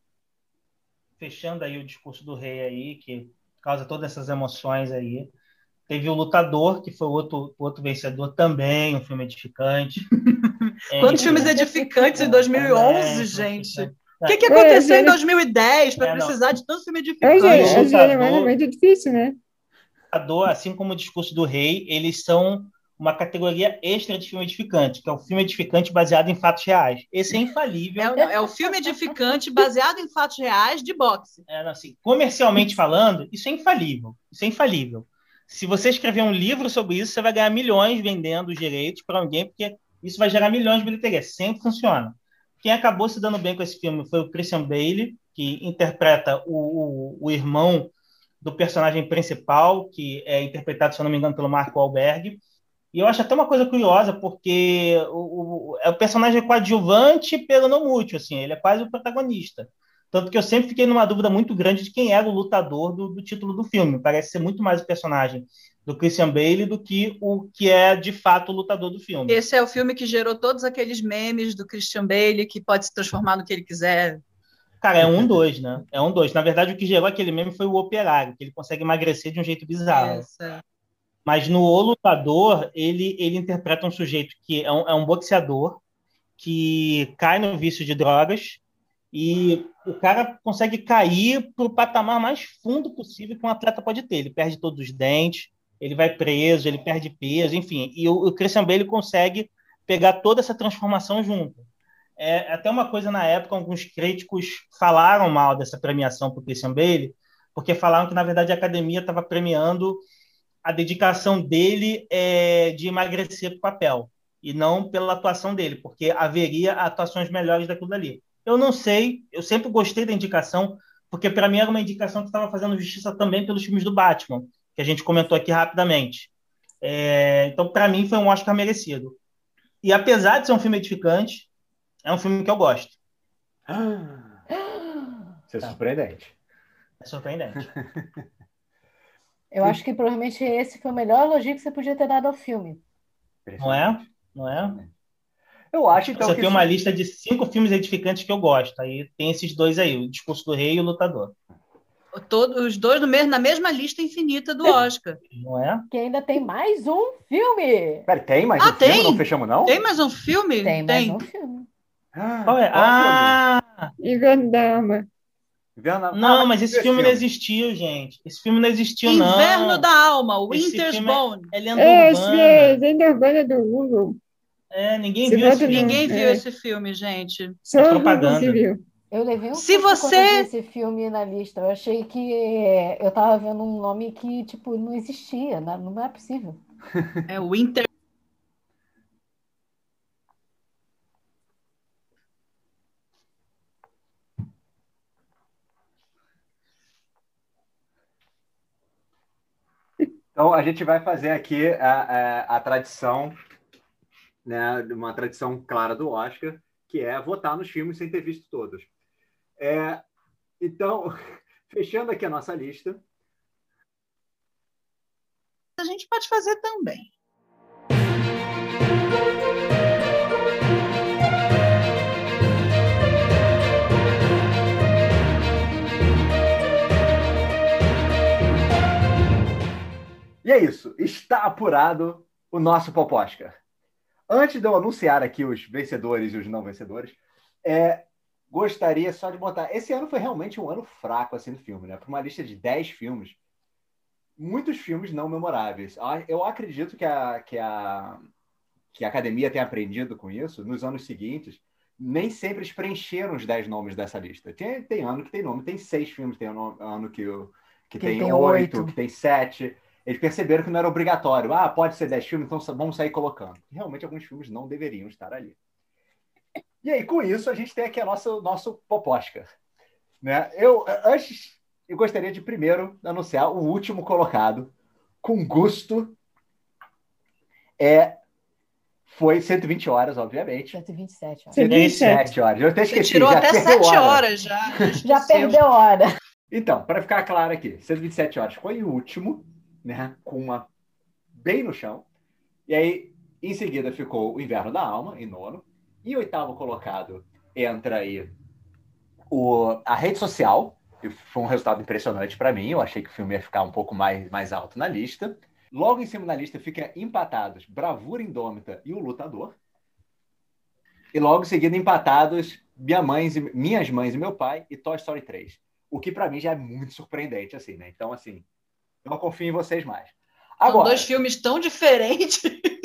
[SPEAKER 3] Fechando aí o discurso do rei aí, que causa todas essas emoções aí. Teve o Lutador, que foi o outro, outro vencedor também, um filme edificante.
[SPEAKER 5] Quantos filmes edificantes em dois mil e onze, gente? O que, que
[SPEAKER 2] É,
[SPEAKER 5] aconteceu em
[SPEAKER 2] gente-
[SPEAKER 5] dois mil e dez para
[SPEAKER 3] É, não.
[SPEAKER 5] precisar de tanto filme
[SPEAKER 2] Hoje,
[SPEAKER 5] edificante?
[SPEAKER 3] Lutador.
[SPEAKER 2] hoje é muito difícil, né?
[SPEAKER 3] Lutador, assim como o discurso do rei, eles são uma categoria extra de filme edificante, que é o filme edificante baseado em fatos reais. Esse é infalível.
[SPEAKER 5] É, o- é o filme edificante baseado em fatos reais de boxe.
[SPEAKER 3] É, assim, comercialmente falando, isso é infalível. Isso é infalível. Se você escrever um livro sobre isso, você vai ganhar milhões vendendo os direitos para alguém, porque isso vai gerar milhões de bilheteria. Sempre funciona. Quem acabou se dando bem com esse filme foi o Christian Bale, que interpreta o, o, o irmão do personagem principal, que é interpretado, se eu não me engano, pelo Marco Wahlberg. E eu acho até uma coisa curiosa, porque o, o, é o personagem coadjuvante pelo não mútil, assim, ele é quase o protagonista. Tanto que eu sempre fiquei numa dúvida muito grande de quem era o lutador do, do título do filme. Parece ser muito mais o personagem do Christian Bale do que o que é, de fato, o lutador do filme.
[SPEAKER 5] Esse é o filme que gerou todos aqueles memes do Christian Bale, que pode se transformar no que ele quiser.
[SPEAKER 3] Cara, é um dois, né? É um dois. Na verdade, o que gerou aquele meme foi o Operário, que ele consegue emagrecer de um jeito bizarro.
[SPEAKER 5] Isso, é.
[SPEAKER 3] Mas no O Lutador, ele, ele interpreta um sujeito que é um, é um boxeador que cai no vício de drogas e o cara consegue cair para o patamar mais fundo possível que um atleta pode ter. Ele perde todos os dentes, ele vai preso, ele perde peso, enfim. E o, o Christian Bale consegue pegar toda essa transformação junto. É, até uma coisa na época, alguns críticos falaram mal dessa premiação para o Christian Bale, porque falaram que, na verdade, a academia estava premiando a dedicação dele é, de emagrecer para o papel, e não pela atuação dele, porque haveria atuações melhores daquilo dali. Eu não sei, eu sempre gostei da indicação, porque para mim era uma indicação que estava fazendo justiça também pelos filmes do Batman, que a gente comentou aqui rapidamente. É, então, para mim, foi um Oscar merecido. E apesar de ser um filme edificante, é um filme que eu gosto.
[SPEAKER 6] Isso é surpreendente.
[SPEAKER 3] É surpreendente.
[SPEAKER 4] Eu acho que provavelmente esse foi o melhor elogio que você podia ter dado ao filme.
[SPEAKER 3] Não é? Não é?
[SPEAKER 6] Eu acho, então,
[SPEAKER 3] Você
[SPEAKER 6] que
[SPEAKER 3] tem
[SPEAKER 6] isso-
[SPEAKER 3] uma lista de cinco filmes edificantes que eu gosto. Aí tem esses dois aí, O Discurso do Rei e O Lutador.
[SPEAKER 5] Todos, os dois no mesmo, na mesma lista infinita do Oscar.
[SPEAKER 3] Não é?
[SPEAKER 4] Que ainda tem mais um filme.
[SPEAKER 6] Pera, tem mais
[SPEAKER 5] Ah,
[SPEAKER 6] um filme?
[SPEAKER 5] tem?
[SPEAKER 6] Não fechamos, não?
[SPEAKER 5] Tem mais um filme?
[SPEAKER 4] Tem mais um filme.
[SPEAKER 6] Ah,
[SPEAKER 3] Qual é?
[SPEAKER 6] qual filme?
[SPEAKER 3] Ah!
[SPEAKER 2] E Gandama.
[SPEAKER 6] Inverno...
[SPEAKER 3] Não,
[SPEAKER 6] ah,
[SPEAKER 3] mas esse filme não existiu, gente. Esse filme não existiu, não.
[SPEAKER 5] Inverno da Alma, Winter's
[SPEAKER 3] Esse
[SPEAKER 5] Bone.
[SPEAKER 3] É, é lenda
[SPEAKER 2] É,
[SPEAKER 3] urbana.
[SPEAKER 2] é, lenda urbana do Google.
[SPEAKER 3] É, ninguém
[SPEAKER 2] Se
[SPEAKER 3] viu esse
[SPEAKER 2] bota
[SPEAKER 3] filme.
[SPEAKER 2] no-
[SPEAKER 5] Ninguém viu
[SPEAKER 2] É.
[SPEAKER 5] esse filme, gente.
[SPEAKER 2] Só
[SPEAKER 3] É
[SPEAKER 2] o Google
[SPEAKER 3] propaganda.
[SPEAKER 2] que viu.
[SPEAKER 4] Eu levei um
[SPEAKER 5] Se
[SPEAKER 4] susto quando
[SPEAKER 5] você-
[SPEAKER 4] eu vi esse filme na lista. Eu achei que é, eu tava vendo um nome que, tipo, não existia, né? Não é possível.
[SPEAKER 5] É Winter.
[SPEAKER 6] Então, a gente vai fazer aqui a, a, a tradição, né, uma tradição clara do Oscar, que é votar nos filmes sem ter visto todos. É, então, fechando aqui a nossa lista,
[SPEAKER 5] A gente pode fazer também.
[SPEAKER 6] e é isso, está apurado o nosso Pop Oscar. Antes de eu anunciar aqui os vencedores e os não vencedores, é, gostaria só de botar... Esse ano foi realmente um ano fraco assim, no filme, né? Para uma lista de dez filmes, muitos filmes não memoráveis. Eu acredito que a, que a, que a academia tenha aprendido com isso nos anos seguintes. Nem sempre eles preencheram os dez nomes dessa lista. Tem, tem ano que tem nome, tem seis filmes, tem ano, ano que, que,
[SPEAKER 4] Que
[SPEAKER 6] tem,
[SPEAKER 4] tem
[SPEAKER 6] oito,
[SPEAKER 4] oito.
[SPEAKER 6] que tem sete. Eles perceberam que não era obrigatório. Ah, pode ser dez filmes, então vamos sair colocando. Realmente, alguns filmes não deveriam estar ali. E aí, com isso, a gente tem aqui o nosso, nosso Pop Oscar. Né? Eu, antes, eu gostaria de primeiro anunciar o último colocado, com gosto, é, foi cento e vinte horas, obviamente.
[SPEAKER 4] cento e vinte e sete, ó.
[SPEAKER 2] cento e vinte e sete.
[SPEAKER 6] cento e vinte e sete horas. Eu até
[SPEAKER 5] Você
[SPEAKER 6] esqueci.
[SPEAKER 5] tirou
[SPEAKER 6] já
[SPEAKER 5] até
[SPEAKER 6] perdeu
[SPEAKER 5] sete
[SPEAKER 6] hora.
[SPEAKER 5] horas já.
[SPEAKER 4] Já
[SPEAKER 5] esqueceu.
[SPEAKER 4] perdeu hora.
[SPEAKER 6] Então, para ficar claro aqui, cento e vinte e sete horas foi o último, né, com uma bem no chão. E aí, em seguida, ficou o Inverno da Alma, em nono. Em oitavo colocado, entra aí o, a Rede Social, que foi um resultado impressionante para mim. Eu achei que o filme ia ficar um pouco mais, mais alto na lista. Logo em cima da lista fica empatados Bravura Indômita e O Lutador. E logo em seguida empatados Minha Mães e, Minhas Mães e Meu Pai e Toy Story três. O que para mim já é muito surpreendente, assim, né? Então, assim, eu não confio em vocês mais.
[SPEAKER 5] São
[SPEAKER 6] Agora,
[SPEAKER 5] dois filmes tão diferentes.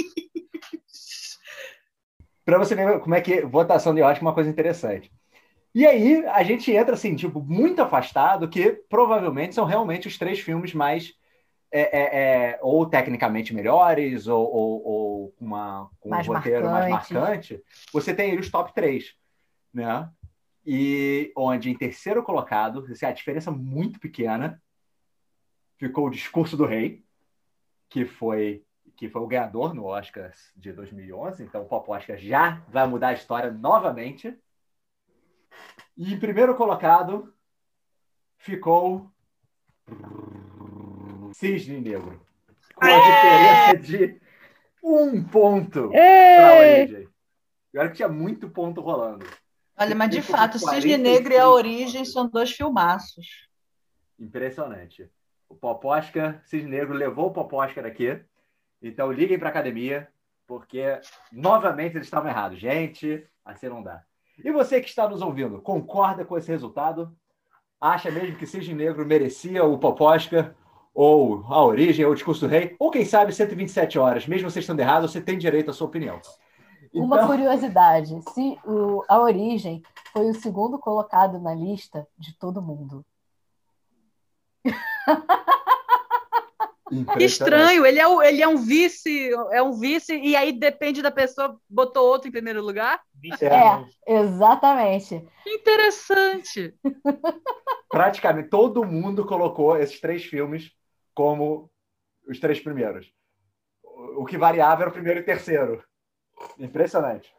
[SPEAKER 6] para você ver como é que votação de Oscar é uma coisa interessante. E aí, a gente entra, assim, tipo, muito afastado, que provavelmente são realmente os três filmes mais, é, é, é, ou tecnicamente melhores, ou, ou, ou com, uma, com
[SPEAKER 4] Mais
[SPEAKER 6] um roteiro mais
[SPEAKER 4] marcantes.
[SPEAKER 6] marcante. Você tem aí os top três, né? E onde, em terceiro colocado, assim, a diferença muito pequena, ficou O Discurso do Rei, que foi, que foi o ganhador no Oscar de dois mil e onze. Então, o Pop Oscar já vai mudar a história novamente. E em primeiro colocado ficou Cisne Negro. Com a diferença de um ponto para a
[SPEAKER 2] Ei!
[SPEAKER 6] origem. Eu acho que tinha muito ponto rolando.
[SPEAKER 5] Olha, mas de
[SPEAKER 6] Ficou
[SPEAKER 5] fato,
[SPEAKER 6] com
[SPEAKER 5] Cisne
[SPEAKER 6] quarenta e
[SPEAKER 5] Negro e A
[SPEAKER 6] seis
[SPEAKER 5] Origem
[SPEAKER 6] pontos.
[SPEAKER 5] são dois filmaços.
[SPEAKER 6] Impressionante. O Pop Oscar, Cisne Negro levou o Pop Oscar aqui. Então liguem para a academia, porque novamente eles estavam errados. Gente, assim não dá. E você que está nos ouvindo, concorda com esse resultado? Acha mesmo que Cisne Negro merecia o Pop Oscar, ou A Origem, ou O Discurso do Rei, ou quem sabe cento e vinte e sete horas? Mesmo você estando errado, você tem direito à sua opinião.
[SPEAKER 4] Uma
[SPEAKER 6] Então,
[SPEAKER 4] curiosidade, se o, A Origem foi o segundo colocado na lista de todo mundo.
[SPEAKER 5] Que
[SPEAKER 6] impressionante.
[SPEAKER 5] estranho, ele é, o- ele é um vice, é um vice, e aí depende da pessoa, botou outro em primeiro lugar?
[SPEAKER 4] É, exatamente.
[SPEAKER 5] Que interessante.
[SPEAKER 6] Praticamente todo mundo colocou esses três filmes como os três primeiros. O que variava era o primeiro e o terceiro. Impressionante.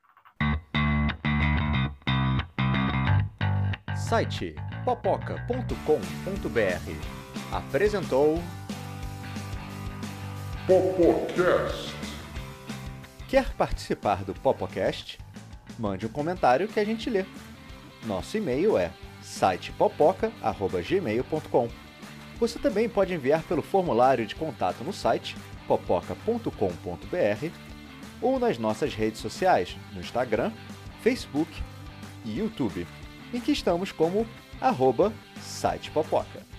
[SPEAKER 1] Site popoca ponto com ponto br apresentou
[SPEAKER 7] Popocast.
[SPEAKER 1] Quer participar do Popocast? Mande um comentário que a gente lê. Nosso e-mail é site popoca arroba gmail ponto com. Você também pode enviar pelo formulário de contato no site popoca ponto com ponto br ou nas nossas redes sociais, no Instagram, Facebook e YouTube, em que estamos como arroba site popoca.